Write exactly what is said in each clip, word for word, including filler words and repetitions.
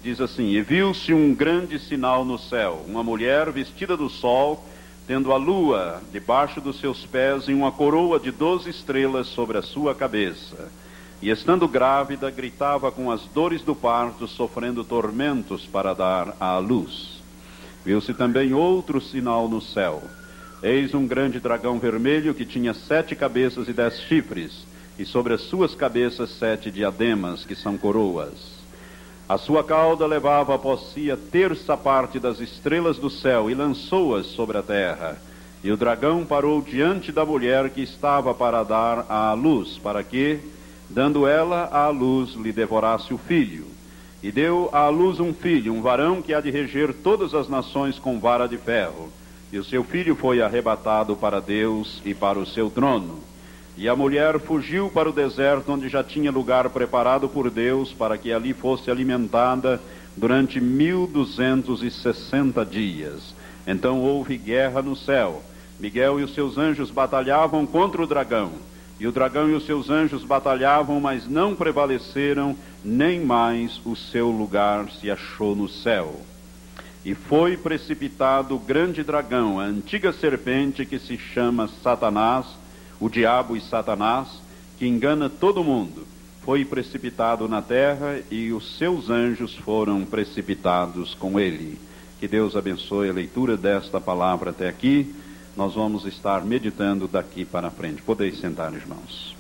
diz assim: e viu-se um grande sinal no céu, uma mulher vestida do sol, tendo a lua debaixo dos seus pés e uma coroa de doze estrelas sobre a sua cabeça. E estando grávida, gritava com as dores do parto, sofrendo tormentos para dar à luz. Viu-se também outro sinal no céu. Eis um grande dragão vermelho que tinha sete cabeças e dez chifres, e sobre as suas cabeças sete diademas, que são coroas. A sua cauda levava após si a terça parte das estrelas do céu e lançou-as sobre a terra. E o dragão parou diante da mulher que estava para dar à luz, para que, dando ela à luz, lhe devorasse o filho. E deu à luz um filho, um varão que há de reger todas as nações com vara de ferro. E o seu filho foi arrebatado para Deus e para o seu trono. E a mulher fugiu para o deserto, onde já tinha lugar preparado por Deus, para que ali fosse alimentada durante mil duzentos e sessenta dias. Então houve guerra no céu. Miguel e os seus anjos batalhavam contra o dragão. E o dragão e os seus anjos batalhavam, mas não prevaleceram, nem mais o seu lugar se achou no céu. E foi precipitado o grande dragão, a antiga serpente que se chama Satanás, o diabo e Satanás, que engana todo mundo. Foi precipitado na terra e os seus anjos foram precipitados com ele. Que Deus abençoe a leitura desta palavra até aqui. Nós vamos estar meditando daqui para frente. Podeis sentar, irmãos.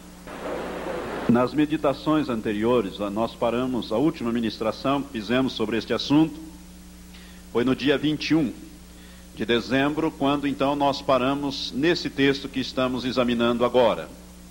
Nas meditações anteriores, nós paramos, a última ministração que fizemos sobre este assunto foi no dia vinte e um de dezembro, quando então nós paramos nesse texto que estamos examinando agora.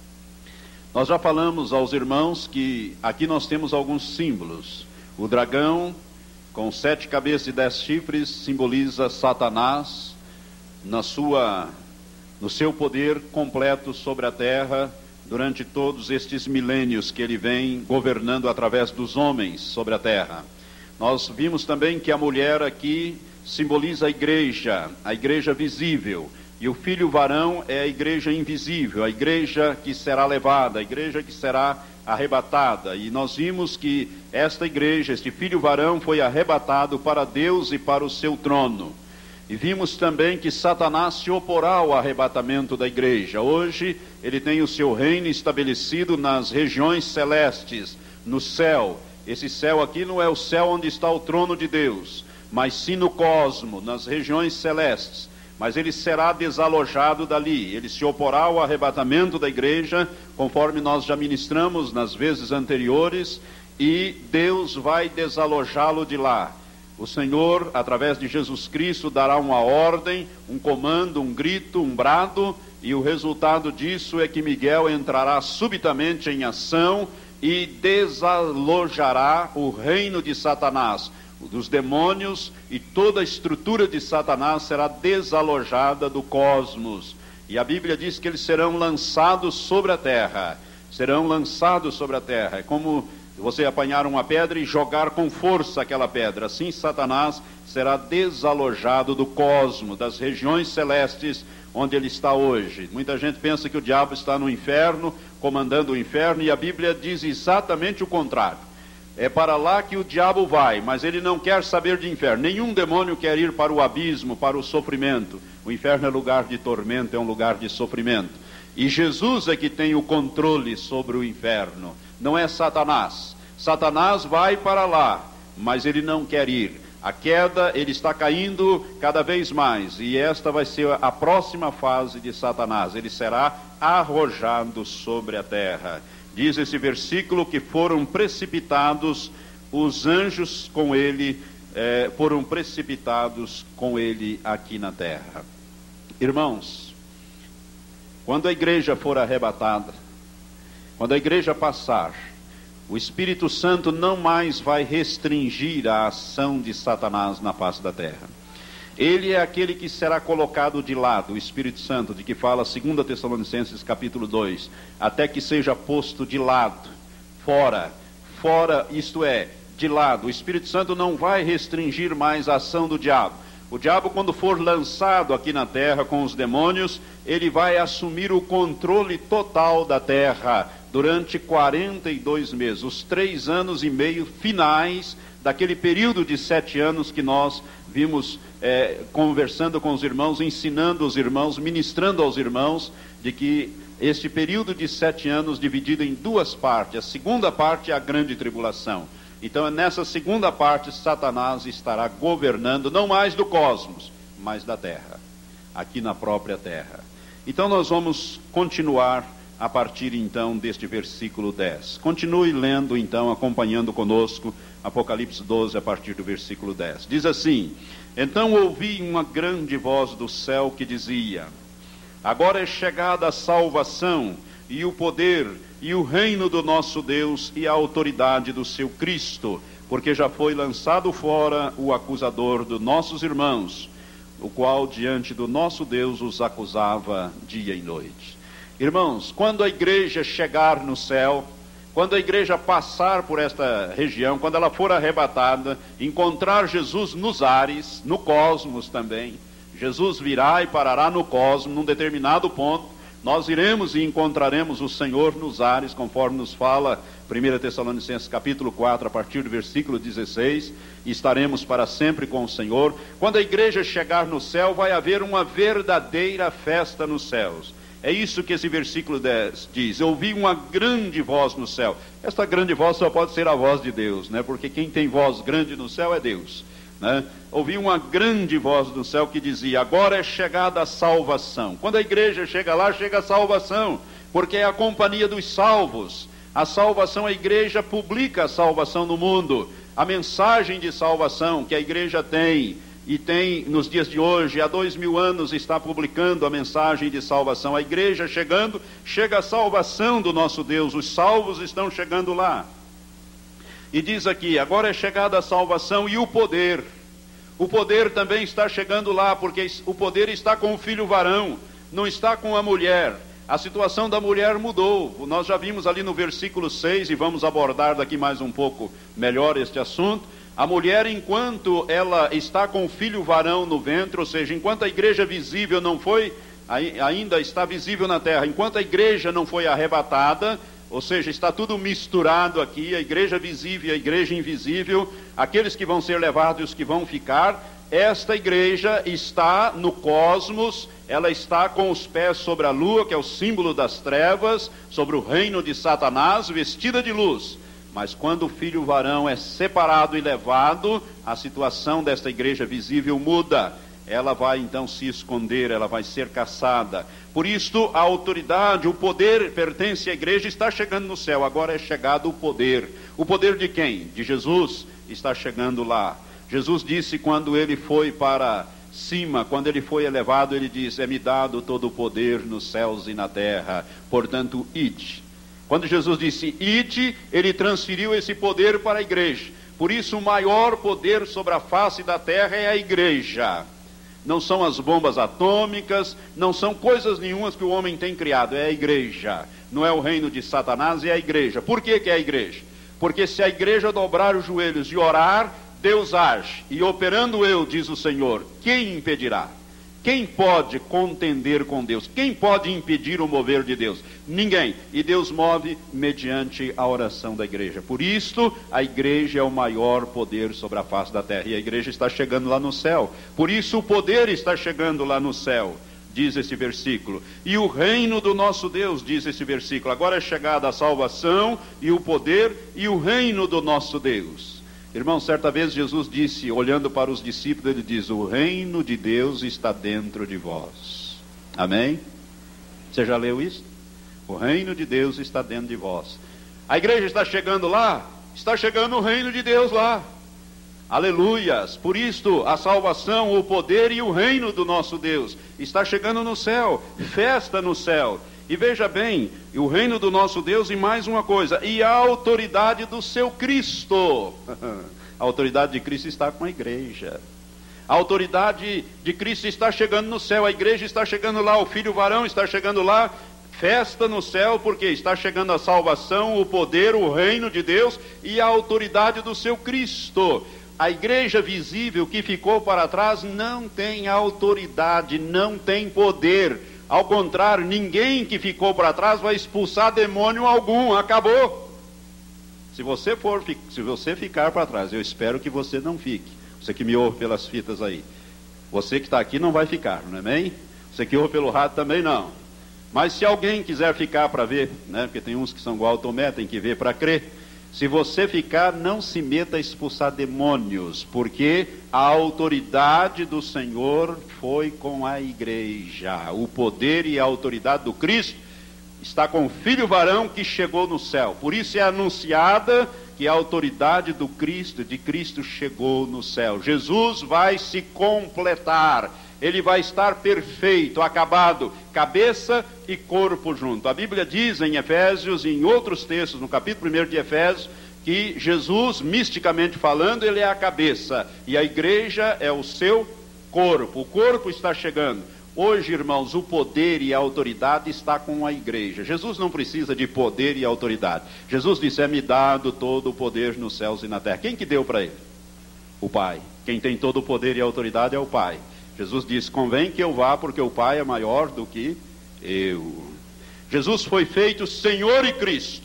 Nós já falamos aos irmãos que aqui nós temos alguns símbolos. O dragão, com sete cabeças e dez chifres, simboliza Satanás na sua, no seu poder completo sobre a terra, durante todos estes milênios que ele vem governando através dos homens sobre a terra. Nós vimos também que a mulher aqui simboliza a igreja, a igreja visível, e o filho varão é a igreja invisível, a igreja que será levada, a igreja que será arrebatada. E nós vimos que esta igreja, este filho varão, foi arrebatado para Deus e para o seu trono. E vimos também que Satanás se oporá ao arrebatamento da igreja. Hoje ele tem o seu reino estabelecido nas regiões celestes, no céu. Esse céu aqui não é o céu onde está o trono de Deus, mas sim no cosmo, nas regiões celestes. Mas ele será desalojado dali, ele se oporá ao arrebatamento da igreja, conforme nós já ministramos nas vezes anteriores, e Deus vai desalojá-lo de lá. O Senhor, através de Jesus Cristo, dará uma ordem, um comando, um grito, um brado, e o resultado disso é que Miguel entrará subitamente em ação e desalojará o reino de Satanás, dos demônios, e toda a estrutura de Satanás será desalojada do cosmos. E a Bíblia diz que eles serão lançados sobre a terra, serão lançados sobre a terra. É como você apanhar uma pedra e jogar com força aquela pedra. Assim Satanás será desalojado do cosmos, das regiões celestes onde ele está hoje. Muita gente pensa que o diabo está no inferno, comandando o inferno, e a Bíblia diz exatamente o contrário. É para lá que o diabo vai, mas ele não quer saber de inferno. Nenhum demônio quer ir para o abismo, para o sofrimento. O inferno é lugar de tormento, é um lugar de sofrimento. E Jesus é que tem o controle sobre o inferno, não é Satanás. Satanás vai para lá, mas ele não quer ir. A queda, ele está caindo cada vez mais, e esta vai ser a próxima fase de Satanás. Ele será arrojado sobre a terra. Diz esse versículo que foram precipitados os anjos com ele, eh, foram precipitados com ele aqui na terra. Irmãos, quando a igreja for arrebatada, quando a igreja passar, o Espírito Santo não mais vai restringir a ação de Satanás na face da terra. Ele é aquele que será colocado de lado, o Espírito Santo, de que fala segunda Tessalonicenses capítulo dois, até que seja posto de lado, fora, fora, isto é, de lado. O Espírito Santo não vai restringir mais a ação do diabo. O diabo, quando for lançado aqui na terra com os demônios, ele vai assumir o controle total da terra durante quarenta e dois meses, os três anos e meio finais daquele período de sete anos que nós vimos é, conversando com os irmãos, ensinando os irmãos, ministrando aos irmãos, de que este período de sete anos dividido em duas partes. A segunda parte é a grande tribulação. Então, nessa segunda parte, Satanás estará governando, não mais do cosmos, mas da terra, aqui na própria terra. Então, nós vamos continuar a partir, então, deste versículo dez. Continue lendo, então, acompanhando conosco, Apocalipse doze, a partir do versículo dez. Diz assim: então ouvi uma grande voz do céu que dizia: agora é chegada a salvação, e o poder, e o reino do nosso Deus, e a autoridade do seu Cristo, porque já foi lançado fora o acusador dos nossos irmãos, o qual diante do nosso Deus os acusava dia e noite. Irmãos, quando a igreja chegar no céu, quando a igreja passar por esta região, quando ela for arrebatada, encontrar Jesus nos ares, no cosmos também, Jesus virá e parará no cosmos, num determinado ponto, nós iremos e encontraremos o Senhor nos ares, conforme nos fala primeira Tessalonicenses capítulo quatro, a partir do versículo dezesseis, e estaremos para sempre com o Senhor. Quando a igreja chegar no céu, vai haver uma verdadeira festa nos céus. É isso que esse versículo dez diz: eu ouvi uma grande voz no céu. Esta grande voz só pode ser a voz de Deus, né? Porque quem tem voz grande no céu é Deus, né? Ouvi uma grande voz do céu que dizia: agora é chegada a salvação. Quando a igreja chega lá, chega a salvação, porque é a companhia dos salvos. A salvação, a igreja publica a salvação no mundo, a mensagem de salvação que a igreja tem, e tem nos dias de hoje, há dois mil anos, está publicando a mensagem de salvação. A igreja chegando, chega a salvação do nosso Deus, os salvos estão chegando lá. E diz aqui: agora é chegada a salvação e o poder. O poder também está chegando lá, porque o poder está com o filho varão, não está com a mulher. A situação da mulher mudou. Nós já vimos ali no versículo seis, e vamos abordar daqui mais um pouco melhor este assunto. A mulher, enquanto ela está com o filho varão no ventre, ou seja, enquanto a igreja visível não foi, ainda está visível na terra, enquanto a igreja não foi arrebatada, ou seja, está tudo misturado aqui, a igreja visível e a igreja invisível, aqueles que vão ser levados e os que vão ficar. Esta igreja está no cosmos, ela está com os pés sobre a lua, que é o símbolo das trevas, sobre o reino de Satanás, vestida de luz. Mas quando o filho varão é separado e levado, a situação desta igreja visível muda. Ela vai então se esconder, ela vai ser caçada. Por isso, a autoridade, o poder pertence à igreja, está chegando no céu. Agora é chegado o poder. O poder de quem? De Jesus, está chegando lá. Jesus disse, quando ele foi para cima, quando ele foi elevado, ele disse: é-me dado todo o poder nos céus e na terra, portanto, ide. Quando Jesus disse ide, ele transferiu esse poder para a igreja. Por isso, o maior poder sobre a face da terra é a igreja. Não são as bombas atômicas, não são coisas nenhumas que o homem tem criado, é a igreja. Não é o reino de Satanás, é a igreja. Por que que é a igreja? Porque se a igreja dobrar os joelhos e orar, Deus age. E operando eu, diz o Senhor, quem impedirá? Quem pode contender com Deus? Quem pode impedir o mover de Deus? Ninguém. E Deus move mediante a oração da igreja. Por isso, a igreja é o maior poder sobre a face da terra. E a igreja está chegando lá no céu. Por isso, o poder está chegando lá no céu, diz esse versículo. E o reino do nosso Deus, diz esse versículo. Agora é chegada a salvação e o poder e o reino do nosso Deus. Irmão, certa vez Jesus disse, olhando para os discípulos, ele diz: o reino de Deus está dentro de vós. Amém? Você já leu isso? O reino de Deus está dentro de vós. A igreja está chegando lá? Está chegando o reino de Deus lá. Aleluias! Por isto, a salvação, o poder e o reino do nosso Deus está chegando no céu. Festa no céu. E veja bem, o reino do nosso Deus, e mais uma coisa, e a autoridade do seu Cristo. A autoridade de Cristo está com a igreja. A autoridade de Cristo está chegando no céu, a igreja está chegando lá, o filho varão está chegando lá. Festa no céu, porque está chegando a salvação, o poder, o reino de Deus e a autoridade do seu Cristo. A igreja visível que ficou para trás não tem autoridade, não tem poder. Ao contrário, ninguém que ficou para trás vai expulsar demônio algum, acabou. Se você for, se você ficar para trás, eu espero que você não fique. Você que me ouve pelas fitas aí. Você que está aqui não vai ficar, não é bem? Você que ouve pelo rádio também não. Mas se alguém quiser ficar para ver, né? Porque tem uns que são igual ao Tomé, tem que ver para crer. Se você ficar, não se meta a expulsar demônios, porque a autoridade do Senhor foi com a igreja. O poder e a autoridade do Cristo está com o filho varão que chegou no céu. Por isso é anunciada que a autoridade do Cristo, de Cristo, chegou no céu. Jesus vai se completar. Ele vai estar perfeito, acabado, cabeça e corpo junto. A Bíblia diz em Efésios e em outros textos, no capítulo primeiro de Efésios, que Jesus, misticamente falando, ele é a cabeça e a igreja é o seu corpo. O corpo está chegando. Hoje, irmãos, o poder e a autoridade está com a igreja. Jesus não precisa de poder e autoridade. Jesus disse, é-me dado todo o poder nos céus e na terra. Quem que deu para ele? O Pai. Quem tem todo o poder e a autoridade é o Pai. Jesus disse, convém que eu vá porque o Pai é maior do que eu. Jesus foi feito Senhor e Cristo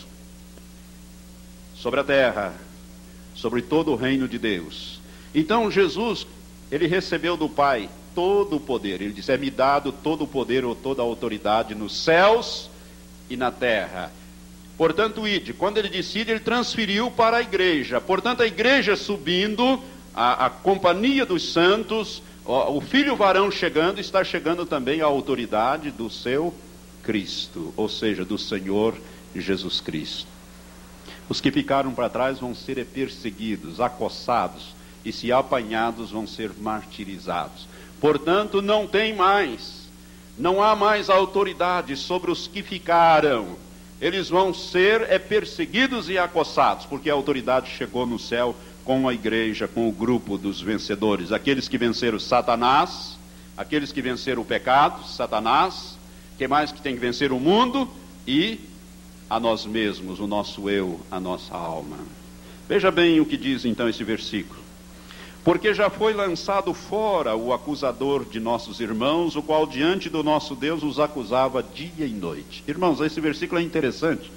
sobre a terra, sobre todo o reino de Deus. Então Jesus, ele recebeu do Pai todo o poder. Ele disse, é-me dado todo o poder ou toda a autoridade nos céus e na terra. Portanto, ide. Quando ele decide, ele transferiu para a igreja. Portanto, a igreja subindo, a, a companhia dos santos, o filho varão chegando, está chegando também a autoridade do seu Cristo, ou seja, do Senhor Jesus Cristo. Os que ficaram para trás vão ser perseguidos, acossados, e se apanhados vão ser martirizados. Portanto, não tem mais, não há mais autoridade sobre os que ficaram. Eles vão ser é, perseguidos e acossados, porque a autoridade chegou no céu com a igreja, com o grupo dos vencedores, aqueles que venceram Satanás, aqueles que venceram o pecado, Satanás, que mais que tem que vencer o mundo e a nós mesmos, o nosso eu, a nossa alma. Veja bem o que diz então esse versículo. Porque já foi lançado fora o acusador de nossos irmãos, o qual diante do nosso Deus os acusava dia e noite. Irmãos, esse versículo é interessante,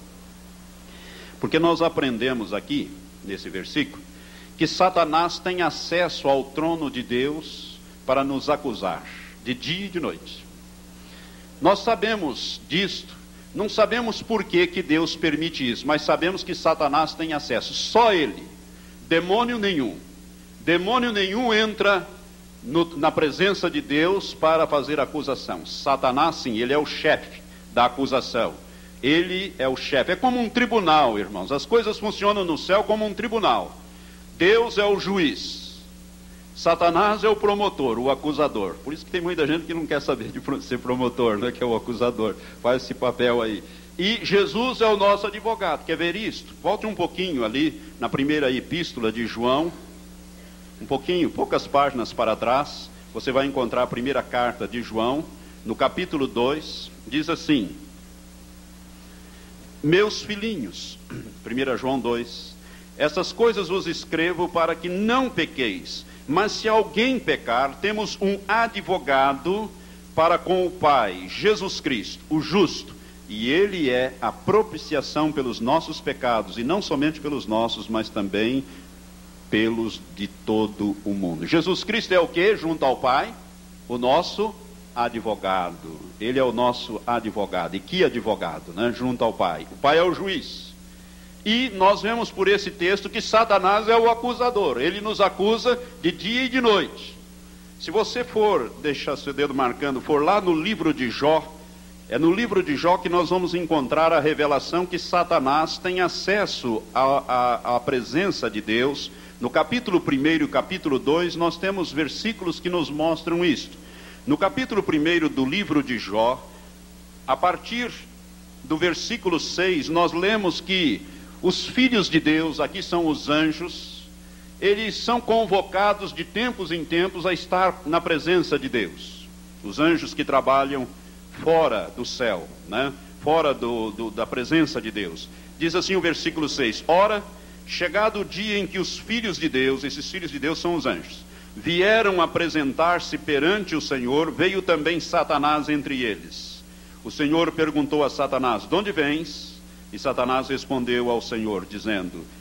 porque nós aprendemos aqui, nesse versículo, que Satanás tem acesso ao trono de Deus para nos acusar, de dia e de noite. Nós sabemos disto, não sabemos por que que Deus permite isso, mas sabemos que Satanás tem acesso, só ele, demônio nenhum. Demônio nenhum entra no, na presença de Deus para fazer acusação. Satanás, sim, ele é o chefe da acusação. Ele é o chefe, é como um tribunal, irmãos. As coisas funcionam no céu como um tribunal. Deus é o juiz, Satanás é o promotor, o acusador. Por isso que tem muita gente que não quer saber de ser promotor, né, que é o acusador, faz esse papel aí. E Jesus é o nosso advogado. Quer ver isto? Volte um pouquinho ali na primeira epístola de João, um pouquinho, poucas páginas para trás, você vai encontrar a primeira carta de João, no capítulo dois, diz assim: meus filhinhos, primeira João dois, essas coisas vos escrevo para que não pequeis, mas se alguém pecar, temos um advogado para com o Pai, Jesus Cristo, o justo, e ele é a propiciação pelos nossos pecados, e não somente pelos nossos, mas também pelos de todo o mundo. Jesus Cristo é o que? Junto ao Pai, o nosso advogado. Ele é o nosso advogado. E que advogado, né? Junto ao Pai. O Pai é o juiz. E nós vemos por esse texto que Satanás é o acusador. Ele nos acusa de dia e de noite. Se você for, deixar seu dedo marcando, for lá no livro de Jó, é no livro de Jó que nós vamos encontrar a revelação que Satanás tem acesso à, à, à presença de Deus. No capítulo primeiro e capítulo dois, nós temos versículos que nos mostram isto. No capítulo primeiro do livro de Jó, a partir do versículo seis, nós lemos que os filhos de Deus, aqui são os anjos, eles são convocados de tempos em tempos a estar na presença de Deus. Os anjos que trabalham fora do céu, né? Fora do, do, da presença de Deus. Diz assim o versículo seis: ora, chegado o dia em que os filhos de Deus, esses filhos de Deus são os anjos, vieram apresentar-se perante o Senhor, veio também Satanás entre eles. O Senhor perguntou a Satanás: de onde vens? E Satanás respondeu ao Senhor, dizendo: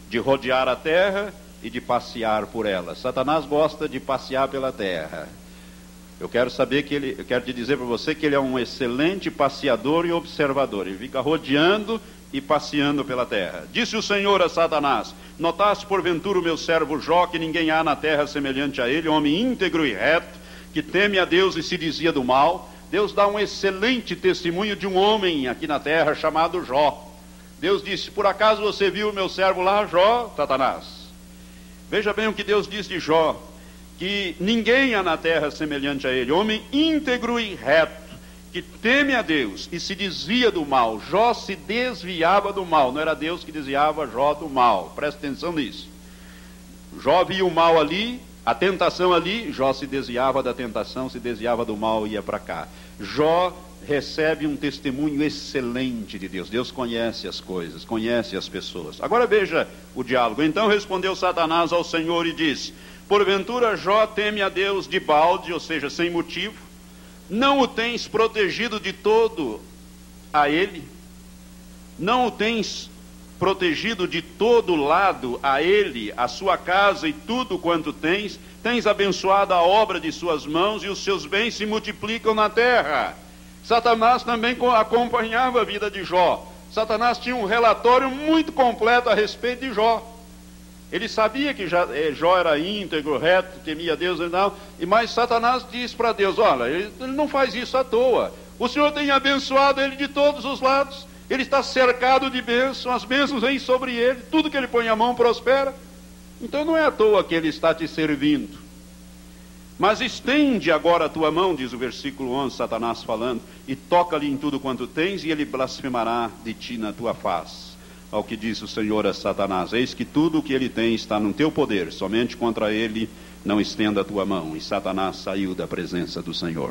de rodear a terra e de passear por ela. Satanás gosta de passear pela terra. Eu quero saber que ele, eu quero te dizer para você que ele é um excelente passeador e observador. Ele fica rodeando e passeando pela terra. Disse o Senhor a Satanás: notaste porventura o meu servo Jó, que ninguém há na terra semelhante a ele, homem íntegro e reto, que teme a Deus e se desvia do mal. Deus dá um excelente testemunho de um homem aqui na terra chamado Jó. Deus disse: por acaso você viu o meu servo lá, Jó? Satanás. Veja bem o que Deus diz de Jó: que ninguém há na terra semelhante a ele, homem íntegro e reto, que teme a Deus e se desvia do mal. Jó se desviava do mal, não era Deus que desviava Jó do mal. Presta atenção nisso. Jó via o mal ali, a tentação ali, Jó se desviava da tentação, se desviava do mal e ia para cá. Jó recebe um testemunho excelente de Deus. Deus conhece as coisas, conhece as pessoas. Agora veja o diálogo. Então respondeu Satanás ao Senhor e disse: porventura Jó teme a Deus de balde, ou seja, sem motivo? Não o tens protegido de todo a ele? Não o tens protegido de todo lado a ele, a sua casa e tudo quanto tens? Tens abençoado a obra de suas mãos e os seus bens se multiplicam na terra. Satanás também acompanhava a vida de Jó. Satanás tinha um relatório muito completo a respeito de Jó. Ele sabia que Jó era íntegro, reto, temia Deus e tal, mas Satanás disse para Deus: olha, ele não faz isso à toa. O Senhor tem abençoado ele de todos os lados. Ele está cercado de bênçãos, as bênçãos vêm sobre ele, tudo que ele põe a mão prospera. Então não é à toa que ele está te servindo. Mas estende agora a tua mão, diz o versículo onze, Satanás falando, e toca-lhe em tudo quanto tens, e ele blasfemará de ti na tua face. Ao que disse o Senhor a Satanás: eis que tudo o que ele tem está no teu poder, somente contra ele não estenda a tua mão. E Satanás saiu da presença do Senhor.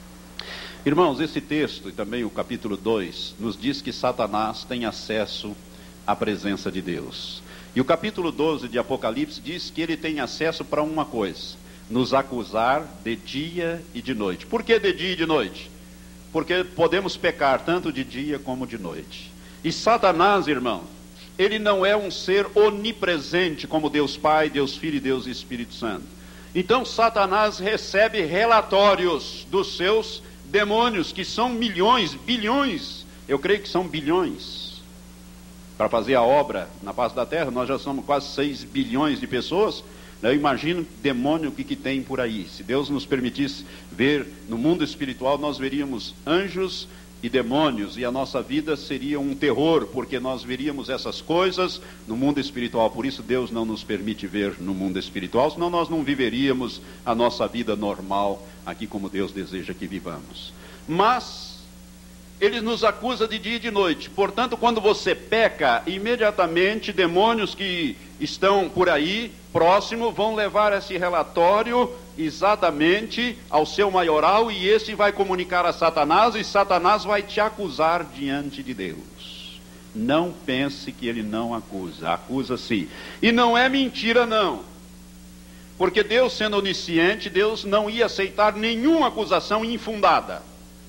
Irmãos, esse texto e também o capítulo dois nos diz que Satanás tem acesso à presença de Deus. E o capítulo doze de Apocalipse diz que ele tem acesso para uma coisa: nos acusar de dia e de noite. Por que de dia e de noite? Porque podemos pecar tanto de dia como de noite. E Satanás, irmão, ele não é um ser onipresente como Deus Pai, Deus Filho e Deus Espírito Santo. Então Satanás recebe relatórios dos seus demônios, que são milhões, bilhões, eu creio que são bilhões. Para fazer a obra na face da terra, nós já somos quase seis bilhões de pessoas. Eu imagino demônio o que, que tem por aí. Se Deus nos permitisse ver no mundo espiritual, nós veríamos anjos e demônios, e a nossa vida seria um terror, porque nós veríamos essas coisas no mundo espiritual. Por isso Deus não nos permite ver no mundo espiritual, senão nós não viveríamos a nossa vida normal aqui como Deus deseja que vivamos. Mas ele nos acusa de dia e de noite. Portanto, quando você peca, imediatamente demônios que estão por aí, próximo, vão levar esse relatório exatamente ao seu maioral, e esse vai comunicar a Satanás, e Satanás vai te acusar diante de Deus. Não pense que ele não acusa, acusa sim. E não é mentira não, porque Deus, sendo onisciente, Deus não ia aceitar nenhuma acusação infundada.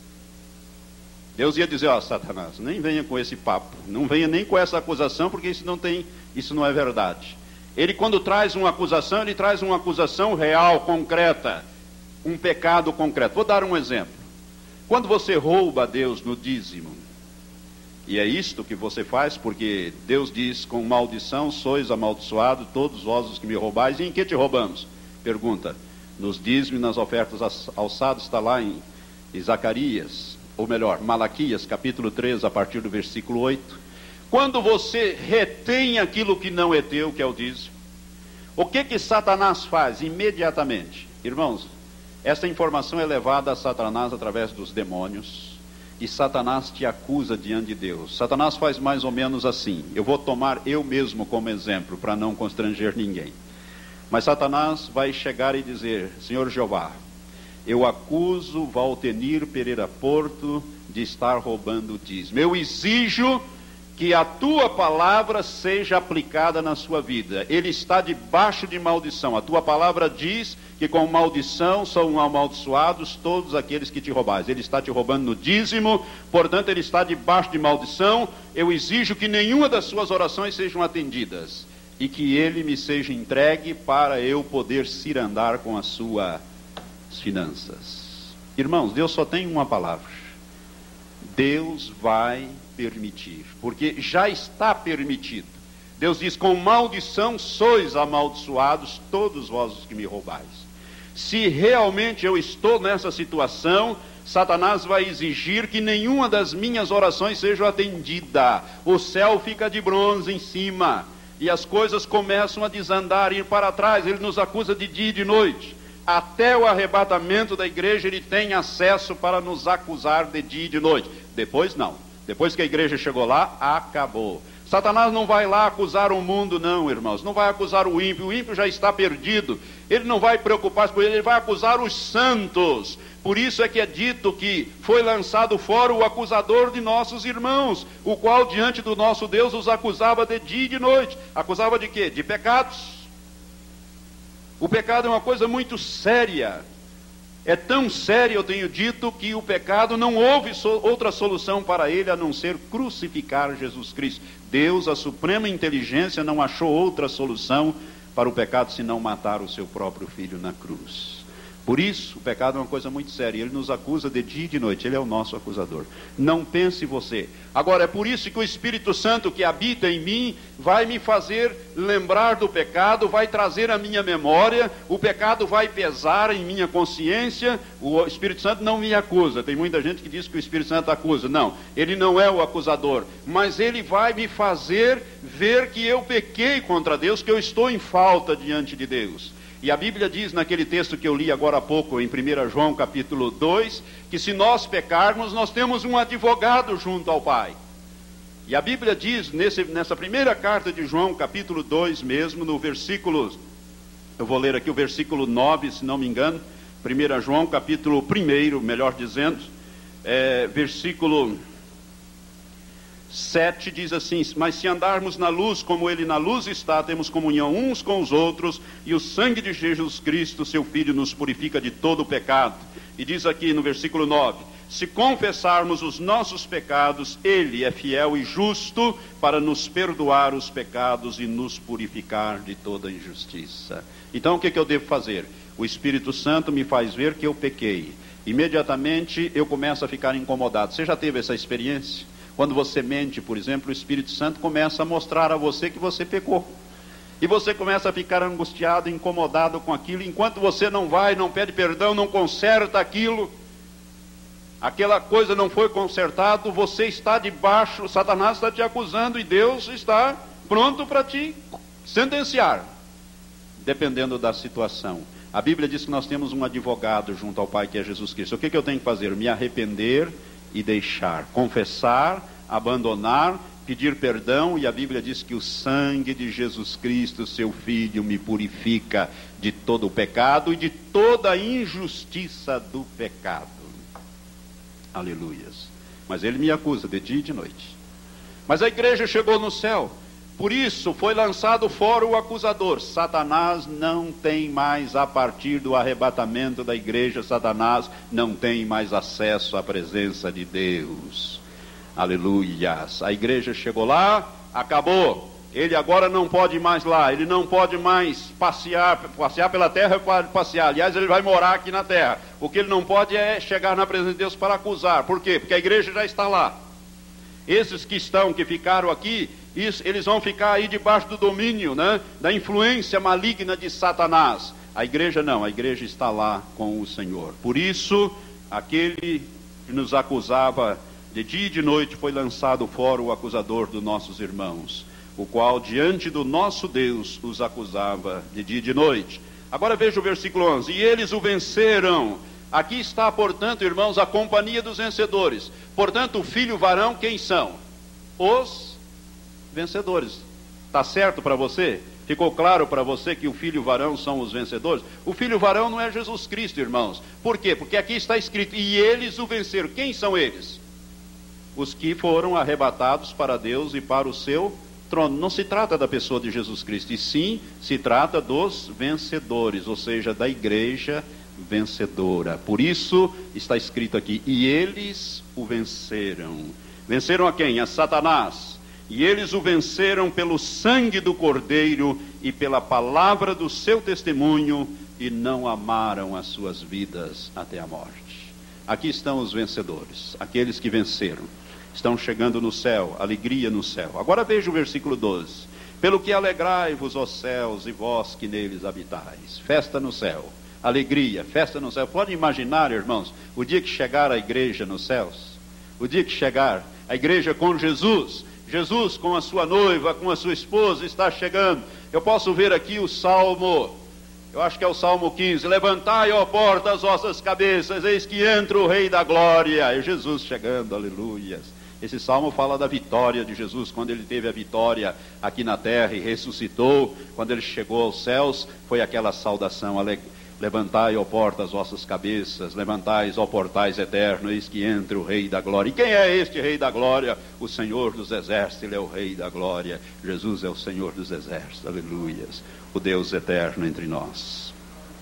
Deus ia dizer: ó, Satanás, nem venha com esse papo, não venha nem com essa acusação, porque isso não tem, isso não é verdade. Ele, quando traz uma acusação, ele traz uma acusação real, concreta, um pecado concreto. Vou dar um exemplo. Quando você rouba a Deus no dízimo, e é isto que você faz, porque Deus diz: com maldição sois amaldiçoados todos vós os que me roubais. E em que te roubamos? Pergunta. Nos dízimos e nas ofertas alçadas, está lá em, em Zacarias, ou melhor, Malaquias, capítulo três, a partir do versículo oito. Quando você retém aquilo que não é teu, que é o dízimo, o que que Satanás faz imediatamente? Irmãos, essa informação é levada a Satanás através dos demônios, e Satanás te acusa diante de Deus. Satanás faz mais ou menos assim. Eu vou tomar eu mesmo como exemplo, para não constranger ninguém. Mas Satanás vai chegar e dizer: Senhor Jeová, eu acuso Valtenir Pereira Porto de estar roubando o dízimo. Eu exijo que a tua palavra seja aplicada na sua vida. Ele está debaixo de maldição. A tua palavra diz que com maldição são amaldiçoados todos aqueles que te roubares. Ele está te roubando no dízimo, portanto ele está debaixo de maldição. Eu exijo que nenhuma das suas orações sejam atendidas. e que ele me seja entregue para eu poder cirandar com as suas finanças. Irmãos, Deus só tem uma palavra: Deus vai permitir, porque já está permitido. Deus diz: com maldição sois amaldiçoados todos vós os que me roubais. Se realmente eu estou nessa situação, Satanás vai exigir que nenhuma das minhas orações seja atendida. O céu fica de bronze em cima, e as coisas começam a desandar, ir para trás. Ele nos acusa de dia e de noite. Até o arrebatamento da igreja ele tem acesso para nos acusar de dia e de noite. Depois não. Depois que a igreja chegou lá, acabou. Satanás não vai lá acusar o mundo, não, irmãos. Não vai acusar o ímpio. O ímpio já está perdido. Ele não vai preocupar-se com ele, ele vai acusar os santos. Por isso é que é dito que foi lançado fora o acusador de nossos irmãos, o qual diante do nosso Deus os acusava de dia e de noite. Acusava de quê? De pecados. O pecado é uma coisa muito séria. É tão sério, eu tenho dito, que o pecado não houve so- outra solução para ele a não ser crucificar Jesus Cristo. Deus, a suprema inteligência, não achou outra solução para o pecado senão matar o seu próprio filho na cruz. Por isso, o pecado é uma coisa muito séria. Ele nos acusa de dia e de noite. Ele é o nosso acusador. Não pense você. Agora, é por isso que o Espírito Santo que habita em mim vai me fazer lembrar do pecado, vai trazer a minha memória, o pecado vai pesar em minha consciência. O Espírito Santo não me acusa. Tem muita gente que diz que o Espírito Santo acusa. Não, ele não é o acusador. Mas ele vai me fazer ver que eu pequei contra Deus, que eu estou em falta diante de Deus. E a Bíblia diz naquele texto que eu li agora há pouco, em primeiro João capítulo dois, que se nós pecarmos, nós temos um advogado junto ao Pai. E a Bíblia diz, nesse, nessa primeira carta de João, capítulo dois mesmo, no versículo, eu vou ler aqui o versículo nove, se não me engano, primeiro João capítulo um, melhor dizendo, é, versículo sete diz assim: mas se andarmos na luz como ele na luz está, temos comunhão uns com os outros, e o sangue de Jesus Cristo, seu Filho, nos purifica de todo o pecado. E diz aqui no versículo nove: se confessarmos os nossos pecados, ele é fiel e justo para nos perdoar os pecados e nos purificar de toda injustiça. Então o que, que eu devo fazer? O Espírito Santo me faz ver que eu pequei. Imediatamente eu começo a ficar incomodado. Você já teve essa experiência? Quando você mente, por exemplo, o Espírito Santo começa a mostrar a você que você pecou. E você começa a ficar angustiado, incomodado com aquilo. Enquanto você não vai, não pede perdão, não conserta aquilo, aquela coisa não foi consertada, você está debaixo, Satanás está te acusando e Deus está pronto para te sentenciar, dependendo da situação. A Bíblia diz que nós temos um advogado junto ao Pai, que é Jesus Cristo. O que, que eu tenho que fazer? Me arrepender e deixar, confessar, abandonar, pedir perdão. E a Bíblia diz que o sangue de Jesus Cristo, seu Filho, me purifica de todo o pecado e de toda a injustiça do pecado. Aleluias. Mas ele me acusa de dia e de noite. Mas a igreja chegou no céu. Por isso foi lançado fora o acusador. Satanás não tem mais, a partir do arrebatamento da igreja, Satanás não tem mais acesso à presença de Deus. Aleluias. A igreja chegou lá, acabou. Ele agora não pode mais lá, ele não pode mais passear, passear pela terra, pode passear. Aliás, ele vai morar aqui na terra. O que ele não pode é chegar na presença de Deus para acusar. Por quê? Porque a igreja já está lá. Esses que estão, que ficaram aqui, isso, eles vão ficar aí debaixo do domínio, né, da influência maligna de Satanás. A igreja não, a igreja está lá com o Senhor. Por isso, aquele que nos acusava de dia e de noite foi lançado fora, o acusador dos nossos irmãos, o qual diante do nosso Deus os acusava de dia e de noite. Agora veja o versículo onze: e eles o venceram. Aqui está, portanto, irmãos, a companhia dos vencedores. Portanto, o filho varão, quem são? Os vencedores. Está certo para você? Ficou claro para você que o filho varão são os vencedores? O filho varão não é Jesus Cristo, irmãos. Por quê? Porque aqui está escrito: e eles o venceram. Quem são eles? Os que foram arrebatados para Deus e para o seu trono. Não se trata da pessoa de Jesus Cristo, e sim se trata dos vencedores, ou seja, da igreja vencedora. Por isso está escrito aqui: e eles o venceram. Venceram a quem? A Satanás. E eles o venceram pelo sangue do Cordeiro e pela palavra do seu testemunho, e não amaram as suas vidas até a morte. Aqui estão os vencedores, aqueles que venceram. Estão chegando no céu, alegria no céu. Agora veja o versículo doze. Pelo que alegrai-vos, ó céus, e vós que neles habitais. Festa no céu, alegria, festa no céu. Pode imaginar, irmãos, o dia que chegar a igreja nos céus, o dia que chegar a igreja com Jesus, Jesus com a sua noiva, com a sua esposa, está chegando. Eu posso ver aqui o Salmo, eu acho que é o Salmo quinze. Levantai, ó porta, as vossas cabeças, eis que entra o Rei da Glória. É Jesus chegando, aleluias. Esse salmo fala da vitória de Jesus, quando ele teve a vitória aqui na terra e ressuscitou. Quando ele chegou aos céus, foi aquela saudação: levantai, ó porta, as vossas cabeças, levantai, ó portais eternos, eis que entra o Rei da Glória. E quem é este Rei da Glória? O Senhor dos Exércitos, ele é o Rei da Glória. Jesus é o Senhor dos Exércitos, aleluias, o Deus eterno entre nós.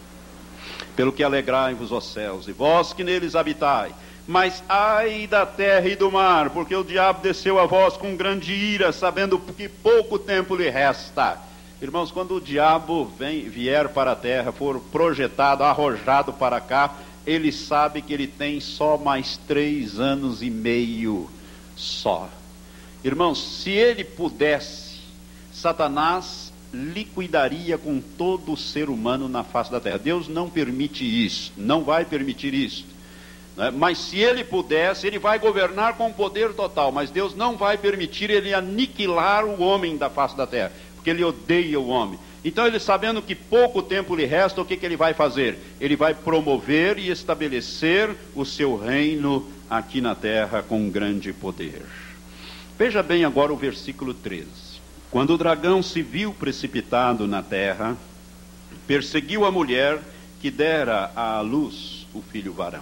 Pelo que alegrai-vos, ó céus, e vós que neles habitai. Mas ai da terra e do mar, porque o diabo desceu a vós com grande ira, sabendo que pouco tempo lhe resta. Irmãos, quando o diabo vem, vier para a terra, for projetado, arrojado para cá, ele sabe que ele tem só mais três anos e meio só. Irmãos, se ele pudesse, Satanás liquidaria com todo o ser humano na face da terra. Deus não permite isso, não vai permitir isso. Mas se ele pudesse, ele vai governar com poder total, mas Deus não vai permitir ele aniquilar o homem da face da terra, porque ele odeia o homem. Então ele, sabendo que pouco tempo lhe resta, o que, que ele vai fazer? Ele vai promover e estabelecer o seu reino aqui na terra com grande poder. Veja bem agora o versículo treze. Quando o dragão se viu precipitado na terra, perseguiu a mulher que dera à luz o filho varão.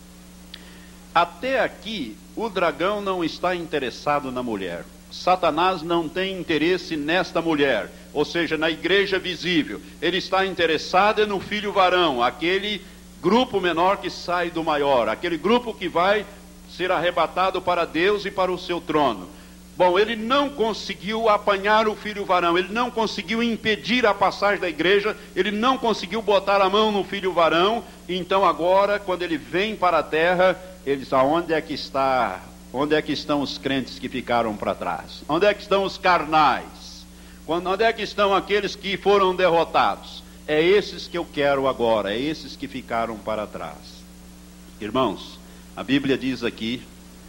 Até aqui, o dragão não está interessado na mulher. Satanás não tem interesse nesta mulher, ou seja, na igreja visível. Ele está interessado no filho varão, aquele grupo menor que sai do maior, aquele grupo que vai ser arrebatado para Deus e para o seu trono. Bom, ele não conseguiu apanhar o filho varão, ele não conseguiu impedir a passagem da igreja, ele não conseguiu botar a mão no filho varão. Então agora, quando ele vem para a terra, ele diz: aonde é que está, onde é que estão os crentes que ficaram para trás? Onde é que estão os carnais? Quando, onde é que estão aqueles que foram derrotados? É esses que eu quero agora, é esses que ficaram para trás. Irmãos, a Bíblia diz aqui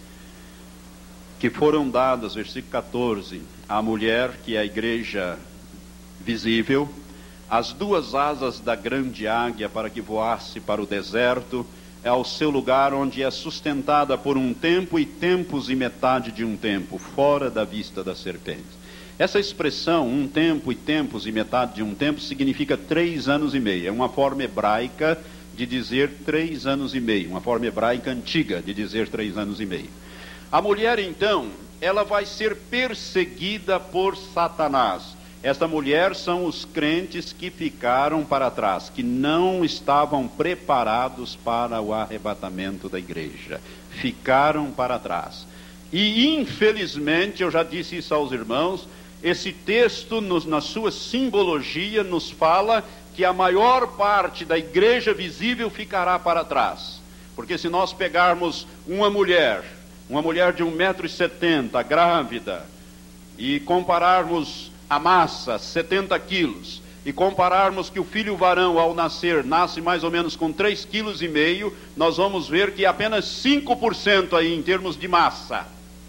que foram dadas, versículo catorze, à mulher, que é a igreja visível, as duas asas da grande águia para que voasse para o deserto, é ao seu lugar onde é sustentada por um tempo e tempos e metade de um tempo, fora da vista da serpente. Essa expressão, um tempo e tempos e metade de um tempo, significa três anos e meio. É uma forma hebraica de dizer três anos e meio, uma forma hebraica antiga de dizer três anos e meio. A mulher, então, ela vai ser perseguida por Satanás. Esta mulher são os crentes que ficaram para trás, que não estavam preparados para o arrebatamento da igreja. Ficaram para trás. E, infelizmente, eu já disse isso aos irmãos, esse texto, nos, na sua simbologia, nos fala que a maior parte da igreja visível ficará para trás. Porque se nós pegarmos uma mulher, uma mulher de um metro e setenta, grávida, e compararmos a massa, setenta quilos, e compararmos que o filho varão, ao nascer, nasce mais ou menos com três quilos e meio, nós vamos ver que apenas cinco por cento aí, em termos de massa.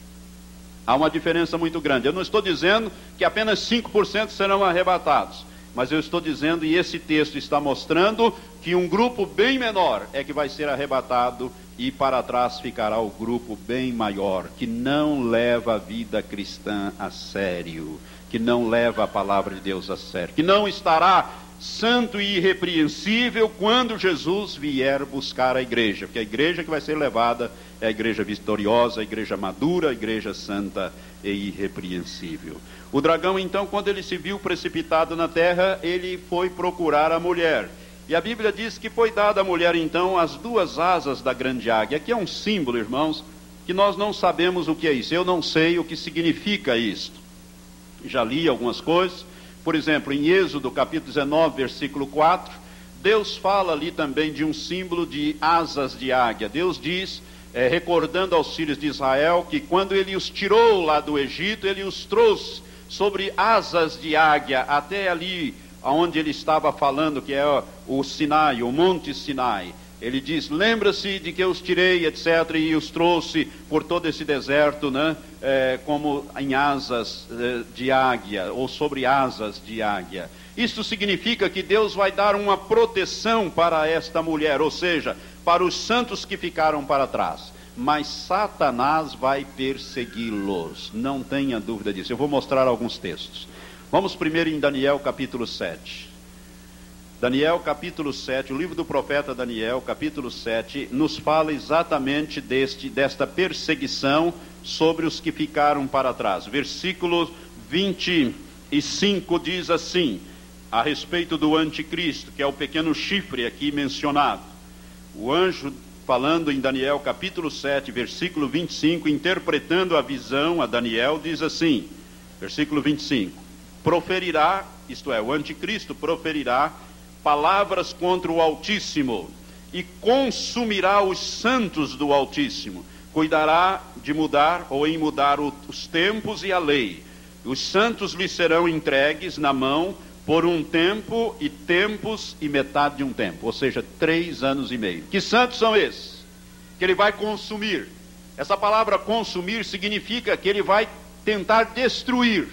Há uma diferença muito grande. Eu não estou dizendo que apenas cinco por cento serão arrebatados, mas eu estou dizendo, e esse texto está mostrando, que um grupo bem menor é que vai ser arrebatado, e para trás ficará o grupo bem maior, que não leva a vida cristã a sério, que não leva a palavra de Deus a sério, que não estará santo e irrepreensível quando Jesus vier buscar a igreja, porque a igreja que vai ser levada é a igreja vitoriosa, a igreja madura, a igreja santa e irrepreensível. O dragão, então, quando ele se viu precipitado na terra, ele foi procurar a mulher. E a Bíblia diz que foi dada à mulher, então, as duas asas da grande águia. Aqui é um símbolo, irmãos, que nós não sabemos o que é isso. Eu não sei o que significa isto. Já li algumas coisas. Por exemplo, em Êxodo capítulo dezenove, versículo quatro, Deus fala ali também de um símbolo de asas de águia. Deus diz, é, recordando aos filhos de Israel, que quando ele os tirou lá do Egito, ele os trouxe sobre asas de águia, até ali onde ele estava falando, que é o Sinai, o Monte Sinai. Ele diz, lembra-se de que eu os tirei, etcétera, e os trouxe por todo esse deserto, né, é, como em asas é, de águia, ou sobre asas de águia. Isto significa que Deus vai dar uma proteção para esta mulher, ou seja, para os santos que ficaram para trás. Mas Satanás vai persegui-los, não tenha dúvida disso. Eu vou mostrar alguns textos. Vamos primeiro em Daniel capítulo sete. Daniel capítulo sete, o livro do profeta Daniel, capítulo sete, nos fala exatamente deste, desta perseguição sobre os que ficaram para trás. Versículo vinte e cinco diz assim, a respeito do anticristo, que é o pequeno chifre aqui mencionado. O anjo, falando em Daniel capítulo sete, versículo vinte e cinco, interpretando a visão a Daniel, diz assim, versículo vinte e cinco, proferirá, isto é, o anticristo proferirá palavras contra o Altíssimo e consumirá os santos do Altíssimo. Cuidará de mudar ou em mudar o, os tempos e a lei. Os santos lhe serão entregues na mão por um tempo e tempos e metade de um tempo, ou seja, três anos e meio. Que santos são esses? Que ele vai consumir. Essa palavra consumir significa que ele vai tentar destruir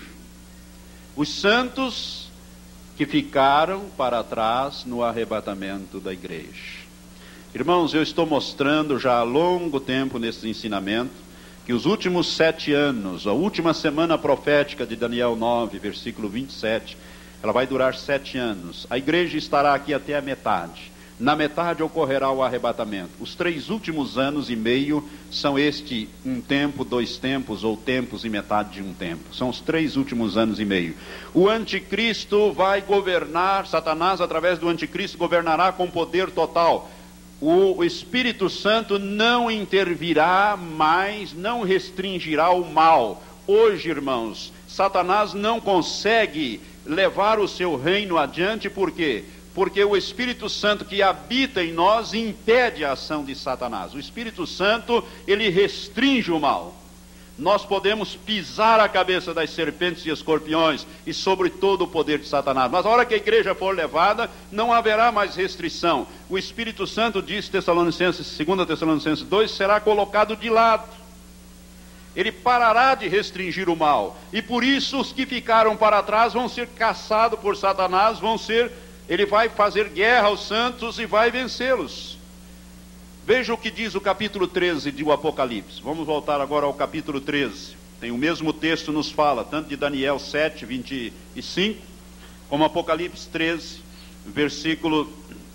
os santos que ficaram para trás no arrebatamento da igreja. Irmãos, eu estou mostrando já há longo tempo nesse ensinamento que os últimos sete anos, a última semana profética de Daniel nove, versículo vinte e sete, ela vai durar sete anos. A igreja estará aqui até a metade. Na metade ocorrerá o arrebatamento. Os três últimos anos e meio são este um tempo, dois tempos, ou tempos e metade de um tempo. São os três últimos anos e meio. O anticristo vai governar, Satanás através do anticristo governará com poder total. O Espírito Santo não intervirá mais, não restringirá o mal. Hoje, irmãos, Satanás não consegue levar o seu reino adiante, por quê? Porque o Espírito Santo que habita em nós impede a ação de Satanás. O Espírito Santo, ele restringe o mal. Nós podemos pisar a cabeça das serpentes e escorpiões e sobre todo o poder de Satanás. Mas a hora que a igreja for levada, não haverá mais restrição. O Espírito Santo, diz Tessalonicenses, segunda Tessalonicenses dois, será colocado de lado. Ele parará de restringir o mal. E por isso os que ficaram para trás vão ser caçados por Satanás, vão ser... Ele vai fazer guerra aos santos e vai vencê-los. Veja o que diz o capítulo treze do Apocalipse. Vamos voltar agora ao capítulo treze. Tem o mesmo texto, nos fala, tanto de Daniel sete, vinte e cinco, como Apocalipse treze, versículo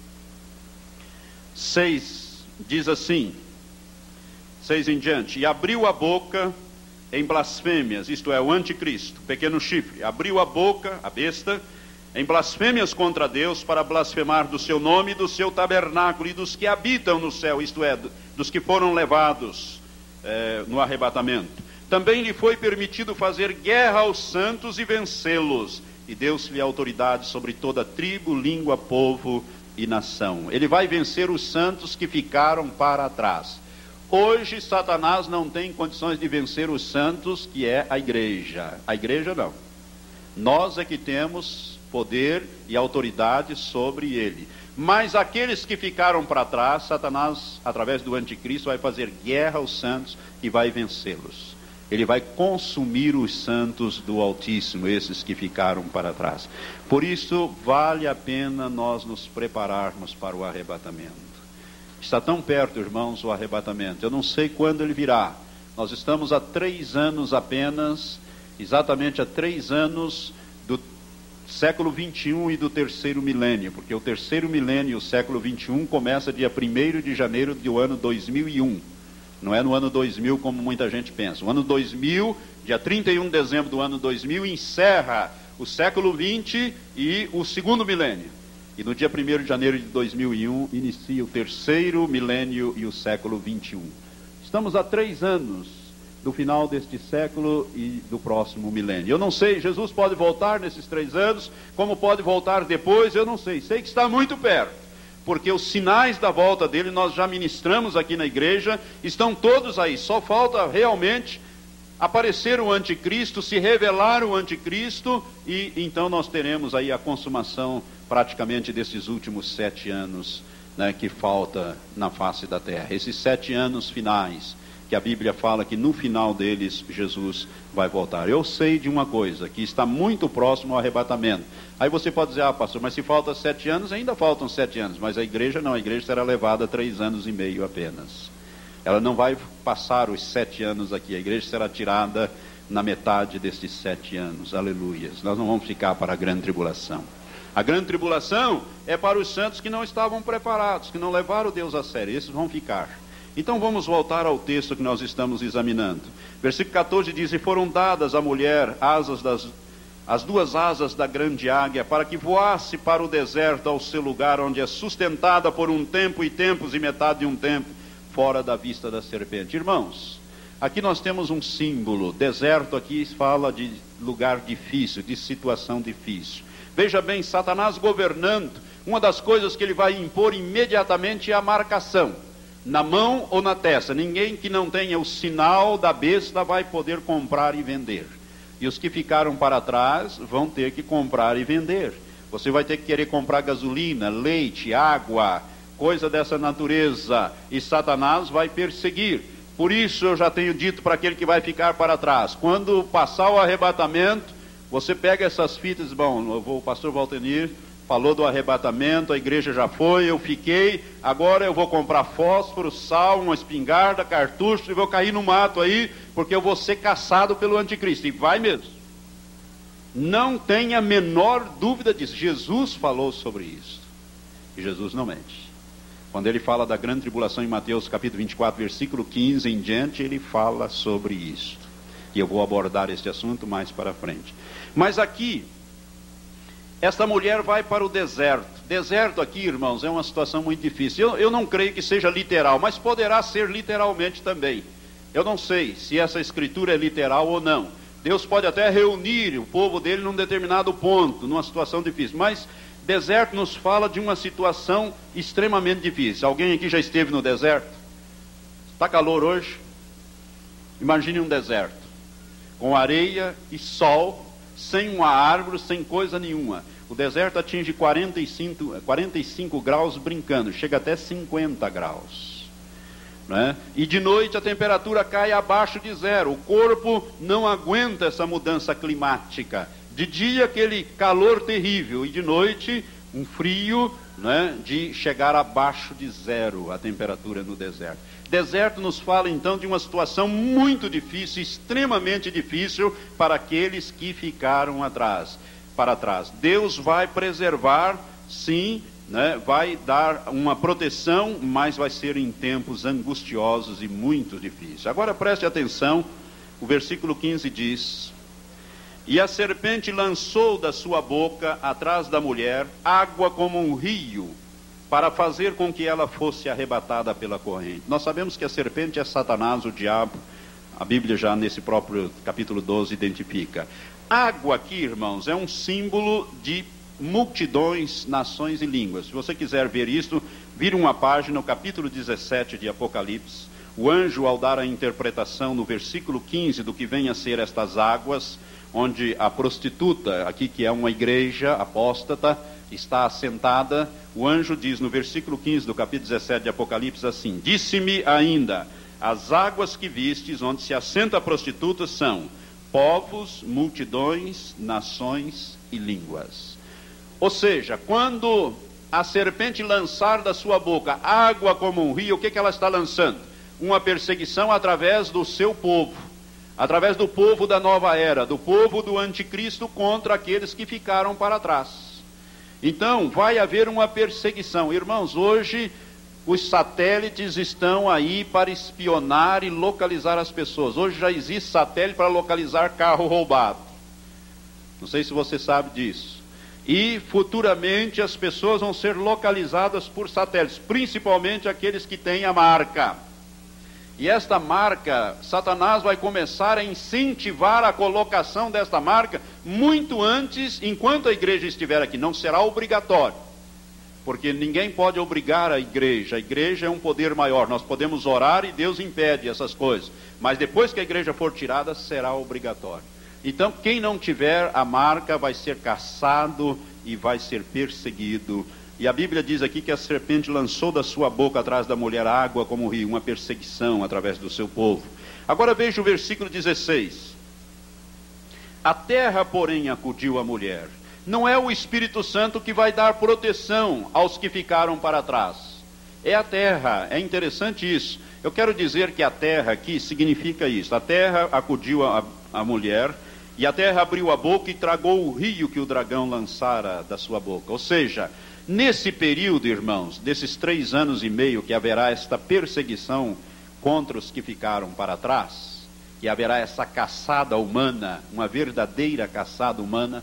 seis, diz assim, seis em diante, e abriu a boca em blasfêmias, isto é, o anticristo, pequeno chifre, abriu a boca, a besta, em blasfêmias contra Deus, para blasfemar do seu nome, do seu tabernáculo e dos que habitam no céu, isto é, dos que foram levados é, no arrebatamento. Também lhe foi permitido fazer guerra aos santos e vencê-los, e deu-se-lhe autoridade sobre toda tribo, língua, povo e nação. Ele vai vencer os santos que ficaram para trás. Hoje Satanás não tem condições de vencer os santos, que é a igreja. A igreja não. Nós é que temos poder e autoridade sobre ele. Mas aqueles que ficaram para trás, Satanás, através do anticristo, vai fazer guerra aos santos e vai vencê-los. Ele vai consumir os santos do Altíssimo, esses que ficaram para trás. Por isso, vale a pena nós nos prepararmos para o arrebatamento. Está tão perto, irmãos, o arrebatamento. Eu não sei quando ele virá. Nós estamos há três anos apenas, exatamente há três anos do século vinte e um e do terceiro milênio, porque o terceiro milênio, o século vinte e um, começa dia primeiro de janeiro do ano dois mil e um. Não é no ano dois mil como muita gente pensa. O ano dois mil, dia trinta e um de dezembro do ano dois mil, encerra o século vinte e o segundo milênio. E no dia primeiro de janeiro de dois mil e um, inicia o terceiro milênio e o século vinte e um. Estamos há três anos do final deste século e do próximo milênio. Eu não sei, Jesus pode voltar nesses três anos, como pode voltar depois, eu não sei. Sei que está muito perto, porque os sinais da volta dele nós já ministramos aqui na igreja, estão todos aí. Só falta realmente aparecer o anticristo, se revelar o anticristo, e então nós teremos aí a consumação praticamente desses últimos sete anos, né, que falta na face da terra. Esses sete anos finais, que a Bíblia fala que no final deles Jesus vai voltar. Eu sei de uma coisa, que está muito próximo ao arrebatamento. Aí você pode dizer, ah pastor, mas se falta sete anos, ainda faltam sete anos. Mas a igreja não, a igreja será levada três anos e meio apenas. Ela não vai passar os sete anos aqui, a igreja será tirada na metade destes sete anos, aleluias. Nós não vamos ficar para a grande tribulação. A grande tribulação é para os santos que não estavam preparados, que não levaram Deus a sério, esses vão ficar. Então vamos voltar ao texto que nós estamos examinando. Versículo quatorze diz, e foram dadas à mulher asas das, as duas asas da grande águia, para que voasse para o deserto, ao seu lugar, onde é sustentada por um tempo e tempos e metade de um tempo, fora da vista da serpente. Irmãos, aqui nós temos um símbolo. Deserto aqui fala de lugar difícil, de situação difícil. Veja bem, Satanás governando, uma das coisas que ele vai impor imediatamente é a marcação, na mão ou na testa. Ninguém que não tenha o sinal da besta vai poder comprar e vender. E os que ficaram para trás vão ter que comprar e vender. Você vai ter que querer comprar gasolina, leite, água, coisa dessa natureza, e Satanás vai perseguir. Por isso eu já tenho dito para aquele que vai ficar para trás, quando passar o arrebatamento, você pega essas fitas, bom, o pastor Valtenir falou do arrebatamento, a igreja já foi, eu fiquei, agora eu vou comprar fósforo, sal, uma espingarda, cartucho, e vou cair no mato aí, porque eu vou ser caçado pelo anticristo. E vai mesmo. Não tenha a menor dúvida disso. Jesus falou sobre isso. E Jesus não mente. Quando ele fala da grande tribulação em Mateus capítulo vinte e quatro, versículo quinze em diante, ele fala sobre isso. E eu vou abordar este assunto mais para frente. Mas aqui, esta mulher vai para o deserto. Deserto aqui, irmãos, é uma situação muito difícil. Eu, eu não creio que seja literal, mas poderá ser literalmente também. Eu não sei se essa escritura é literal ou não. Deus pode até reunir o povo dele num determinado ponto, numa situação difícil. Mas deserto nos fala de uma situação extremamente difícil. Alguém aqui já esteve no deserto? Está calor hoje? Imagine um deserto, com areia e sol, sem uma árvore, sem coisa nenhuma. O deserto atinge quarenta e cinco, quarenta e cinco graus brincando, chega até cinquenta graus, né? E de noite a temperatura cai abaixo de zero. O corpo não aguenta essa mudança climática. De dia aquele calor terrível, e de noite um frio, né, de chegar abaixo de zero a temperatura no deserto. Deserto nos fala então de uma situação muito difícil, extremamente difícil para aqueles que ficaram atrás, para trás. Deus vai preservar, sim, né, vai dar uma proteção, mas vai ser em tempos angustiosos e muito difíceis. Agora preste atenção, o versículo quinze diz: e a serpente lançou da sua boca, atrás da mulher, água como um rio, para fazer com que ela fosse arrebatada pela corrente. Nós sabemos que a serpente é Satanás, o diabo. A Bíblia já nesse próprio capítulo doze identifica. Água aqui, irmãos, é um símbolo de multidões, nações e línguas. Se você quiser ver isso, vire uma página, o capítulo dezessete de Apocalipse. O anjo, ao dar a interpretação no versículo quinze do que vem a ser estas águas, onde a prostituta, aqui que é uma igreja apóstata, está assentada, o anjo diz no versículo quinze do capítulo dezessete de Apocalipse assim: disse-me ainda, as águas que vistes, onde se assenta a prostituta, são povos, multidões, nações e línguas. Ou seja, quando a serpente lançar da sua boca água como um rio, o que, que ela está lançando? Uma perseguição através do seu povo, através do povo da nova era, do povo do anticristo contra aqueles que ficaram para trás. Então vai haver uma perseguição. Irmãos, hoje os satélites estão aí para espionar e localizar as pessoas. Hoje já existe satélite para localizar carro roubado. Não sei se você sabe disso. E futuramente as pessoas vão ser localizadas por satélites, principalmente aqueles que têm a marca. E esta marca, Satanás vai começar a incentivar a colocação desta marca muito antes, enquanto a igreja estiver aqui. Não será obrigatório, porque ninguém pode obrigar a igreja. A igreja é um poder maior. Nós podemos orar e Deus impede essas coisas. Mas depois que a igreja for tirada, será obrigatório. Então, quem não tiver a marca vai ser caçado e vai ser perseguido. E a Bíblia diz aqui que a serpente lançou da sua boca atrás da mulher água como rio, uma perseguição através do seu povo. Agora veja o versículo dezesseis. A terra, porém, acudiu a mulher. Não é o Espírito Santo que vai dar proteção aos que ficaram para trás. É a terra. É interessante isso. Eu quero dizer que a terra aqui significa isso. A terra acudiu a, a mulher, e a terra abriu a boca e tragou o rio que o dragão lançara da sua boca. Ou seja, nesse período, irmãos, desses três anos e meio que haverá esta perseguição contra os que ficaram para trás, que haverá essa caçada humana, uma verdadeira caçada humana,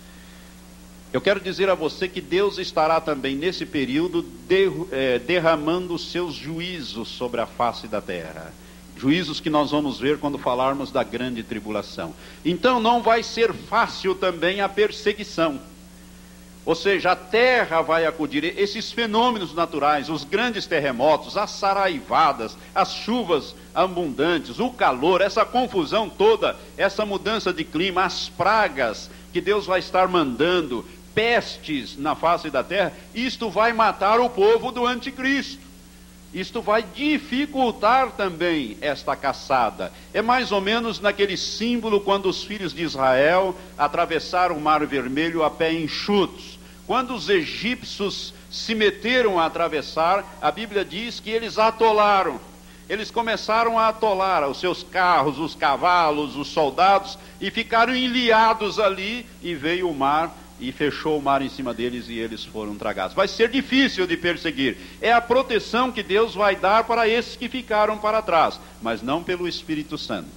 eu quero dizer a você que Deus estará também nesse período de, é, derramando os seus juízos sobre a face da terra. Juízos que nós vamos ver quando falarmos da grande tribulação. Então não vai ser fácil também a perseguição. Ou seja, a terra vai acudir. Esses fenômenos naturais, os grandes terremotos, as saraivadas, as chuvas abundantes, o calor, essa confusão toda, essa mudança de clima, as pragas que Deus vai estar mandando, pestes na face da terra, isto vai matar o povo do anticristo. Isto vai dificultar também esta caçada. É mais ou menos naquele símbolo quando os filhos de Israel atravessaram o Mar Vermelho a pé enxutos. Quando os egípcios se meteram a atravessar, a Bíblia diz que eles atolaram. Eles começaram a atolar os seus carros, os cavalos, os soldados, e ficaram ilhados ali, e veio o mar e fechou o mar em cima deles e eles foram tragados. Vai ser difícil de perseguir. É a proteção que Deus vai dar para esses que ficaram para trás, mas não pelo Espírito Santo.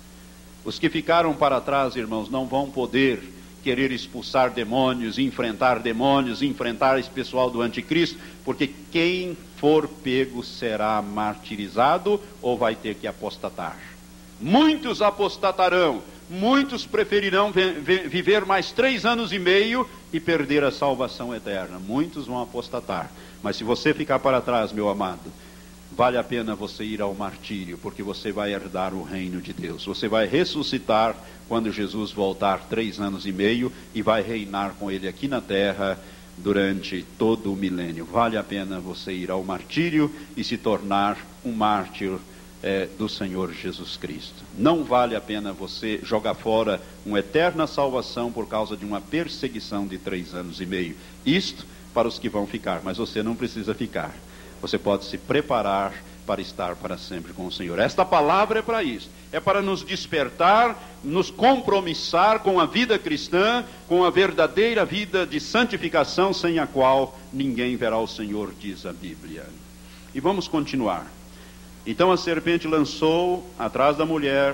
Os que ficaram para trás, irmãos, não vão poder querer expulsar demônios, enfrentar demônios, enfrentar esse pessoal do anticristo, porque quem for pego será martirizado ou vai ter que apostatar. Muitos apostatarão. Muitos preferirão viver mais três anos e meio e perder a salvação eterna. Muitos vão apostatar. Mas se você ficar para trás, meu amado, vale a pena você ir ao martírio, porque você vai herdar o reino de Deus. Você vai ressuscitar quando Jesus voltar três anos e meio e vai reinar com ele aqui na terra durante todo o milênio. Vale a pena você ir ao martírio e se tornar um mártir É, do Senhor Jesus Cristo. Não vale a pena você jogar fora uma eterna salvação por causa de uma perseguição de três anos e meio. Isto para os que vão ficar, mas você não precisa ficar. Você pode se preparar para estar para sempre com o Senhor. Esta palavra é para isso. É para nos despertar, nos compromissar com a vida cristã, com a verdadeira vida de santificação, sem a qual ninguém verá o Senhor, diz a Bíblia. E vamos continuar. Então a serpente lançou atrás da mulher,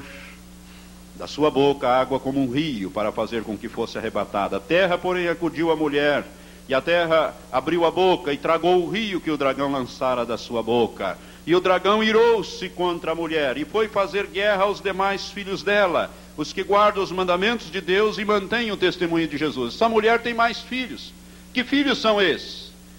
da sua boca, água como um rio, para fazer com que fosse arrebatada. A terra, porém, acudiu a mulher, e a terra abriu a boca e tragou o rio que o dragão lançara da sua boca. E o dragão irou-se contra a mulher, e foi fazer guerra aos demais filhos dela, os que guardam os mandamentos de Deus e mantêm o testemunho de Jesus. Essa mulher tem mais filhos. Que filhos são esses?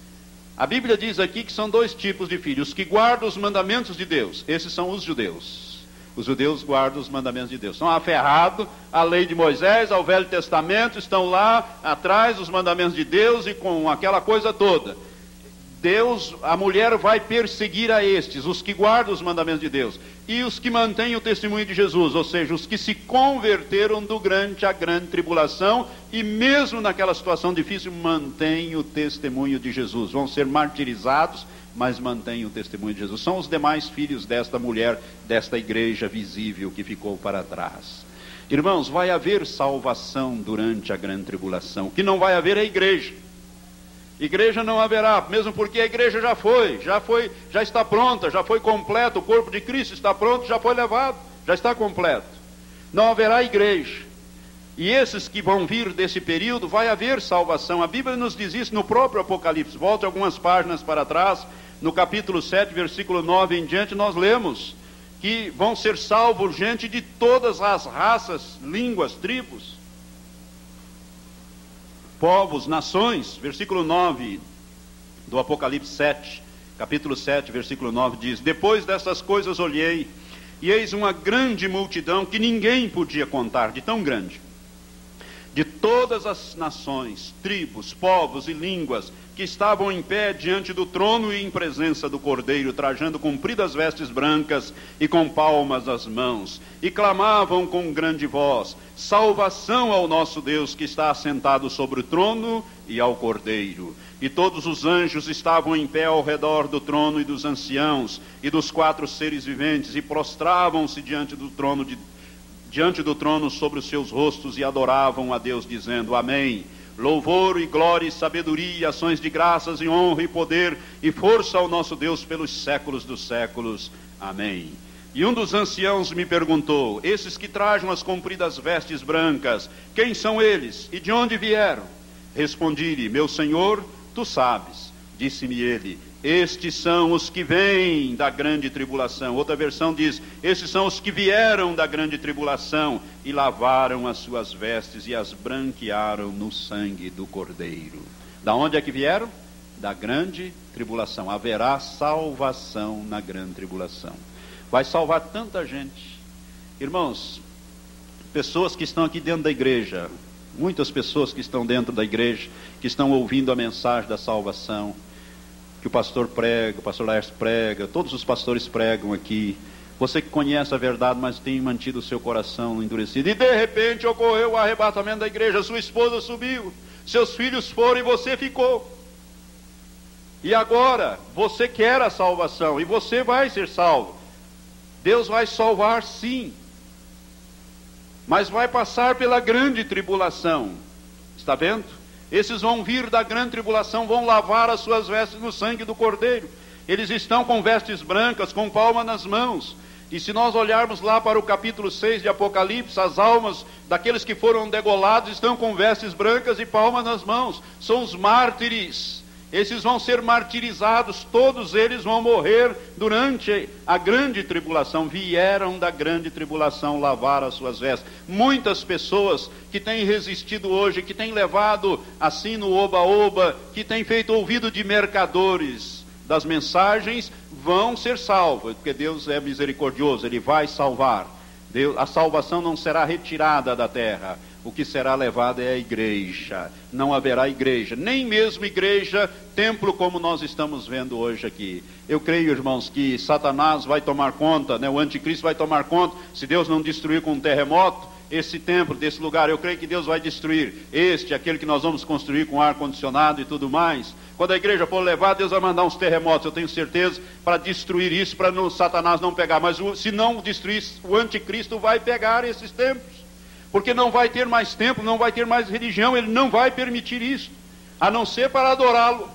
A Bíblia diz aqui que são dois tipos de filhos: os que guardam os mandamentos de Deus. Esses são os judeus. Os judeus guardam os mandamentos de Deus. São aferrados à lei de Moisés, ao Velho Testamento, estão lá atrás dos mandamentos de Deus e com aquela coisa toda. Deus, a mulher vai perseguir a estes, os que guardam os mandamentos de Deus, e os que mantêm o testemunho de Jesus, ou seja, os que se converteram durante a grande tribulação, e mesmo naquela situação difícil, mantêm o testemunho de Jesus. Vão ser martirizados, mas mantêm o testemunho de Jesus. São os demais filhos desta mulher, desta igreja visível que ficou para trás. Irmãos, vai haver salvação durante a grande tribulação. O que não vai haver é a igreja. Igreja não haverá, mesmo porque a igreja já foi, já foi, já está pronta, já foi completa, o corpo de Cristo está pronto, já foi levado, já está completo. Não haverá igreja. E esses que vão vir desse período, vai haver salvação. A Bíblia nos diz isso no próprio Apocalipse. Volte algumas páginas para trás, no capítulo sete, versículo nove em diante, nós lemos que que vão ser salvos gente de todas as raças, línguas, tribos, povos, nações. Versículo nove do Apocalipse sete, capítulo sete, versículo nove diz: depois dessas coisas olhei, e eis uma grande multidão que ninguém podia contar, de tão grande, de todas as nações, tribos, povos e línguas, que estavam em pé diante do trono e em presença do Cordeiro, trajando compridas vestes brancas e com palmas nas mãos, e clamavam com grande voz: salvação ao nosso Deus que está assentado sobre o trono e ao Cordeiro. E todos os anjos estavam em pé ao redor do trono e dos anciãos e dos quatro seres viventes, e prostravam-se diante do trono de, diante do trono sobre os seus rostos, e adoravam a Deus, dizendo: amém. Louvor e glória e sabedoria, ações de graças e honra e poder e força ao nosso Deus pelos séculos dos séculos. Amém. E um dos anciãos me perguntou: esses que trajam as compridas vestes brancas, quem são eles e de onde vieram? Respondi-lhe: meu Senhor, tu sabes. Disse-me ele: estes são os que vêm da grande tribulação. Outra versão diz: estes são os que vieram da grande tribulação e lavaram as suas vestes e as branquearam no sangue do Cordeiro. Da onde é que vieram? Da grande tribulação. Haverá salvação na grande tribulação. Vai salvar tanta gente. Irmãos, pessoas que estão aqui dentro da igreja, muitas pessoas que estão dentro da igreja, que estão ouvindo a mensagem da salvação, que o pastor prega, o pastor Laércio prega, todos os pastores pregam aqui. Você que conhece a verdade, mas tem mantido o seu coração endurecido, e de repente ocorreu o arrebatamento da igreja, sua esposa subiu, seus filhos foram e você ficou. E agora, você quer a salvação, e você vai ser salvo. Deus vai salvar sim, mas vai passar pela grande tribulação. Está vendo? Esses vão vir da grande tribulação, vão lavar as suas vestes no sangue do Cordeiro. Eles estão com vestes brancas, com palma nas mãos. E se nós olharmos lá para o capítulo seis de Apocalipse, as almas daqueles que foram degolados estão com vestes brancas e palma nas mãos. São os mártires. Esses vão ser martirizados, todos eles vão morrer durante a grande tribulação. Vieram da grande tribulação lavar as suas vestes. Muitas pessoas que têm resistido hoje, que têm levado assim no oba-oba, que têm feito ouvido de mercadores das mensagens, vão ser salvos, porque Deus é misericordioso, Ele vai salvar. Deus, a salvação não será retirada da terra. O que será levado é a igreja. Não haverá igreja, nem mesmo igreja, templo como nós estamos vendo hoje aqui. Eu creio, irmãos, que Satanás vai tomar conta, né? O anticristo vai tomar conta, se Deus não destruir com um terremoto esse templo, desse lugar. Eu creio que Deus vai destruir este, aquele que nós vamos construir com ar-condicionado e tudo mais. Quando a igreja for levar, Deus vai mandar uns terremotos, eu tenho certeza, para destruir isso, para não, Satanás não pegar. Mas o, se não destruir, o anticristo vai pegar esses templos. Porque não vai ter mais templo, não vai ter mais religião, ele não vai permitir isso, a não ser para adorá-lo.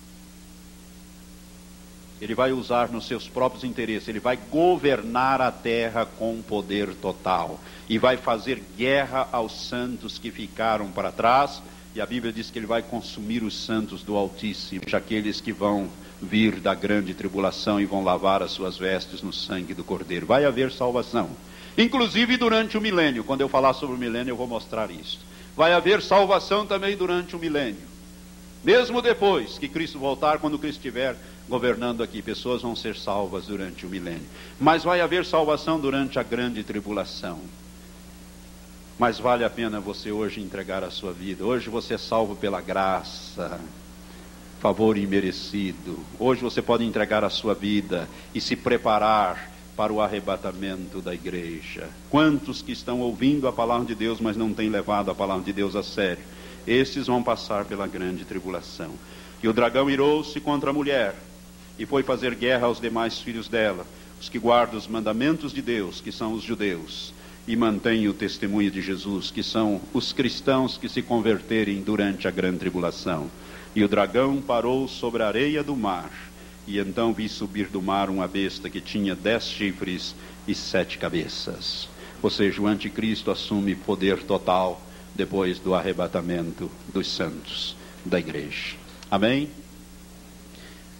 Ele vai usar nos seus próprios interesses, ele vai governar a terra com poder total, e vai fazer guerra aos santos que ficaram para trás, e a Bíblia diz que ele vai consumir os santos do Altíssimo, aqueles que vão vir da grande tribulação e vão lavar as suas vestes no sangue do Cordeiro. Vai haver salvação. Inclusive durante o milênio. Quando eu falar sobre o milênio eu vou mostrar isso. Vai haver salvação também durante o milênio. Mesmo depois que Cristo voltar, quando Cristo estiver governando aqui, pessoas vão ser salvas durante o milênio. Mas vai haver salvação durante a grande tribulação. Mas vale a pena você hoje entregar a sua vida. Hoje você é salvo pela graça, favor imerecido. Hoje você pode entregar a sua vida e se preparar para o arrebatamento da igreja. Quantos que estão ouvindo a palavra de Deus, mas não têm levado a palavra de Deus a sério? Esses vão passar pela grande tribulação. E o dragão irou-se contra a mulher, e foi fazer guerra aos demais filhos dela, os que guardam os mandamentos de Deus, que são os judeus, e mantêm o testemunho de Jesus, que são os cristãos que se converterem durante a grande tribulação. E o dragão parou sobre a areia do mar, e então vi subir do mar uma besta que tinha dez chifres e sete cabeças. Ou seja, o anticristo assume poder total depois do arrebatamento dos santos da igreja. Amém?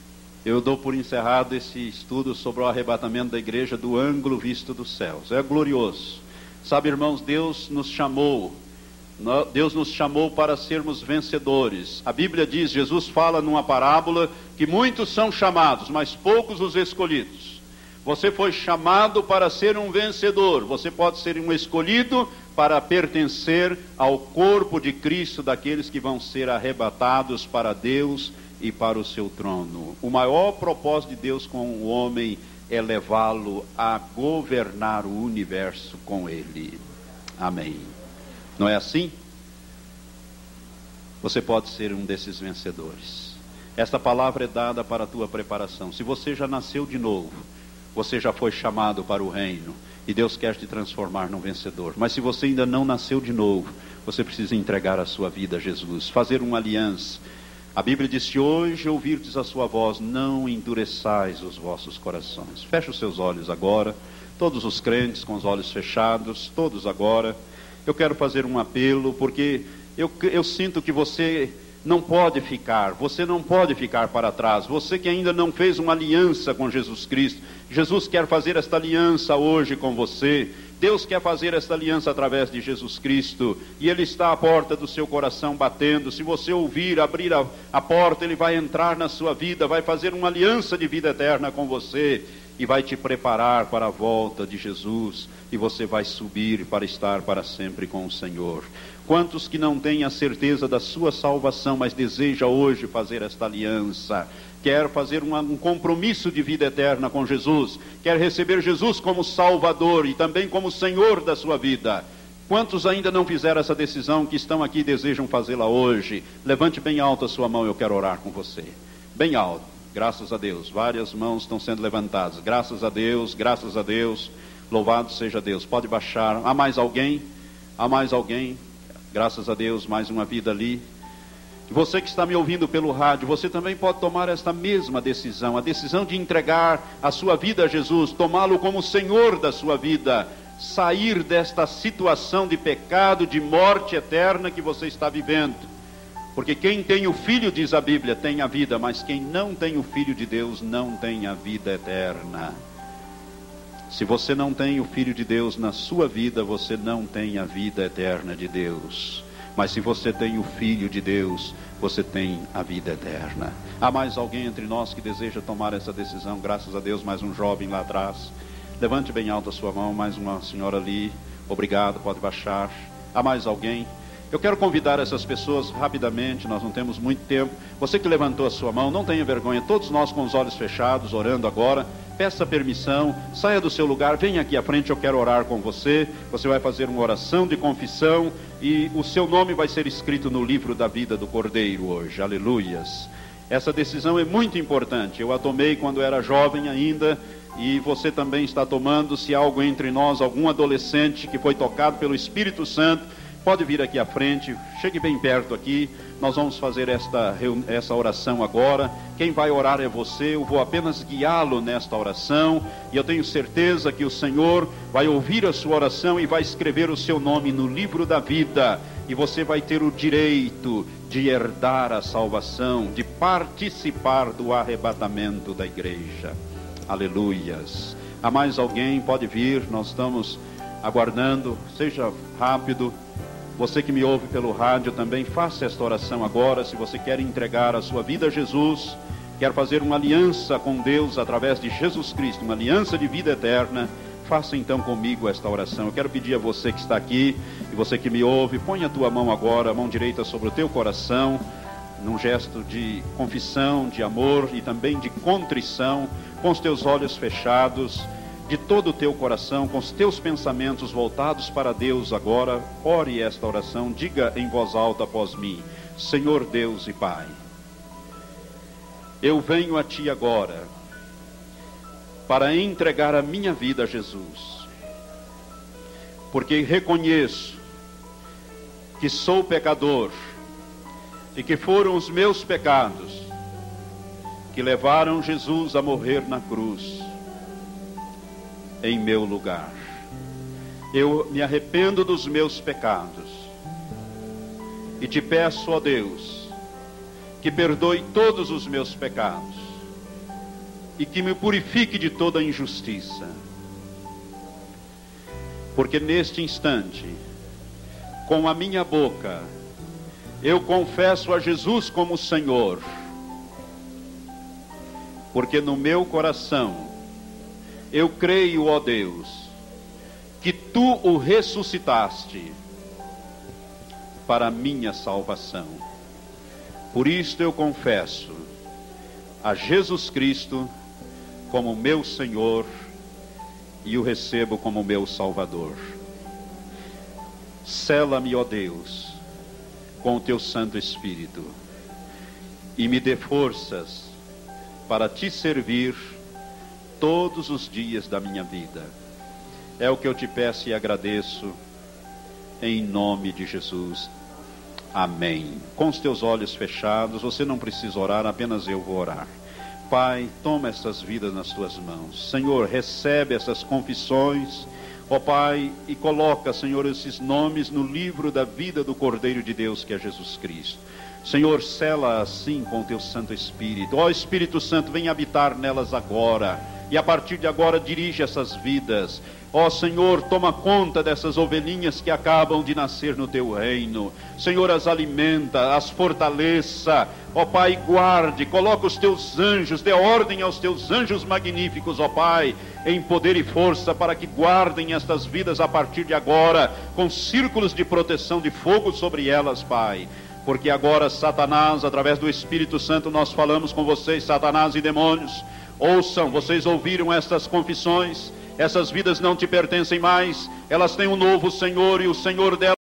eu dou por encerrado esse estudo sobre o arrebatamento da igreja do ângulo visto dos céus. É glorioso. Sabe, irmãos, Deus nos chamou, Deus nos chamou para sermos vencedores. A Bíblia diz, Jesus fala numa parábola, que muitos são chamados, mas poucos os escolhidos. Você foi chamado para ser um vencedor. Você pode ser um escolhido para pertencer ao corpo de Cristo, daqueles que vão ser arrebatados para Deus e para o seu trono. O maior propósito de Deus com o homem é levá-lo a governar o universo com ele. Amém. Não é assim? Você pode ser um desses vencedores. Esta palavra é dada para a tua preparação. Se você já nasceu de novo, você já foi chamado para o reino, e Deus quer te transformar num vencedor. Mas se você ainda não nasceu de novo, você precisa entregar a sua vida a Jesus, fazer uma aliança. A Bíblia diz, se hoje ouvirdes a sua voz, não endureçais os vossos corações. Feche os seus olhos agora, todos os crentes com os olhos fechados, todos agora. Eu quero fazer um apelo, porque eu, eu sinto que você não pode ficar, você não pode ficar para trás. Você que ainda não fez uma aliança com Jesus Cristo, Jesus quer fazer esta aliança hoje com você. Deus quer fazer esta aliança através de Jesus Cristo, e Ele está à porta do seu coração batendo. Se você ouvir, abrir a, a porta, Ele vai entrar na sua vida, vai fazer uma aliança de vida eterna com você, e vai te preparar para a volta de Jesus, e você vai subir para estar para sempre com o Senhor. Quantos que não têm a certeza da sua salvação, mas deseja hoje fazer esta aliança, quer fazer uma, um compromisso de vida eterna com Jesus, quer receber Jesus como Salvador e também como Senhor da sua vida? Quantos ainda não fizeram essa decisão, que estão aqui e desejam fazê-la hoje? Levante bem alto a sua mão, eu quero orar com você. Bem alto, graças a Deus. Várias mãos estão sendo levantadas. Graças a Deus, graças a Deus. Louvado seja Deus. Pode baixar. Há mais alguém? Há mais alguém? Graças a Deus, mais uma vida ali. Você que está me ouvindo pelo rádio, você também pode tomar esta mesma decisão, a decisão de entregar a sua vida a Jesus, tomá-lo como Senhor da sua vida, sair desta situação de pecado, de morte eterna que você está vivendo. Porque quem tem o Filho, diz a Bíblia, tem a vida, mas quem não tem o Filho de Deus não tem a vida eterna. Se você não tem o Filho de Deus na sua vida, você não tem a vida eterna de Deus. Mas se você tem o Filho de Deus, você tem a vida eterna. Há mais alguém entre nós que deseja tomar essa decisão? Graças a Deus, mais um jovem lá atrás. Levante bem alto a sua mão, mais uma senhora ali. Obrigado, pode baixar. Há mais alguém? Eu quero convidar essas pessoas rapidamente, nós não temos muito tempo. Você que levantou a sua mão, não tenha vergonha. Todos nós com os olhos fechados, orando agora. Peça permissão, saia do seu lugar, venha aqui à frente, eu quero orar com você. Você vai fazer uma oração de confissão e o seu nome vai ser escrito no livro da vida do Cordeiro hoje. Aleluias. Essa decisão é muito importante. Eu a tomei quando era jovem ainda, e você também está tomando. Se há algo entre nós, algum adolescente que foi tocado pelo Espírito Santo, pode vir aqui à frente, chegue bem perto aqui. Nós vamos fazer esta, essa oração agora. Quem vai orar é você, eu vou apenas guiá-lo nesta oração, e eu tenho certeza que o Senhor vai ouvir a sua oração e vai escrever o seu nome no livro da vida, e você vai ter o direito de herdar a salvação, de participar do arrebatamento da igreja. Aleluias. Há mais alguém? Pode vir, nós estamos aguardando, seja rápido. Você que me ouve pelo rádio também, faça esta oração agora. Se você quer entregar a sua vida a Jesus, quer fazer uma aliança com Deus através de Jesus Cristo, uma aliança de vida eterna, faça então comigo esta oração. Eu quero pedir a você que está aqui, e você que me ouve, põe a tua mão agora, a mão direita sobre o teu coração, num gesto de confissão, de amor e também de contrição, com os teus olhos fechados, de todo o teu coração, com os teus pensamentos voltados para Deus agora. Ore esta oração, diga em voz alta após mim: Senhor Deus e Pai, eu venho a Ti agora para entregar a minha vida a Jesus, porque reconheço que sou pecador e que foram os meus pecados que levaram Jesus a morrer na cruz em meu lugar. Eu me arrependo dos meus pecados e te peço, ó Deus, que perdoe todos os meus pecados e que me purifique de toda injustiça. Porque neste instante, com a minha boca, eu confesso a Jesus como Senhor, porque no meu coração eu creio, ó Deus, que Tu o ressuscitaste para a minha salvação. Por isto eu confesso a Jesus Cristo como meu Senhor e o recebo como meu Salvador. Sela-me, ó Deus, com o Teu Santo Espírito e me dê forças para Te servir todos os dias da minha vida. É o que eu Te peço e agradeço, em nome de Jesus. Amém. Com os teus olhos fechados, você não precisa orar, apenas eu vou orar. Pai, toma essas vidas nas Tuas mãos. Senhor, recebe essas confissões, ó Pai, e coloca, Senhor, esses nomes no livro da vida do Cordeiro de Deus, que é Jesus Cristo. Senhor, sela assim com o Teu Santo Espírito. Ó Espírito Santo, vem habitar nelas agora, e a partir de agora dirige essas vidas. Ó Senhor, toma conta dessas ovelhinhas que acabam de nascer no Teu reino. Senhor, as alimenta, as fortaleça. Ó Pai, guarde, coloca os Teus anjos, dê ordem aos Teus anjos magníficos, ó Pai, em poder e força, para que guardem estas vidas a partir de agora, com círculos de proteção de fogo sobre elas, Pai. Porque agora, Satanás, através do Espírito Santo, nós falamos com vocês, Satanás e demônios. Ouçam, vocês ouviram estas confissões? Essas vidas não te pertencem mais, elas têm um novo Senhor, e o Senhor delas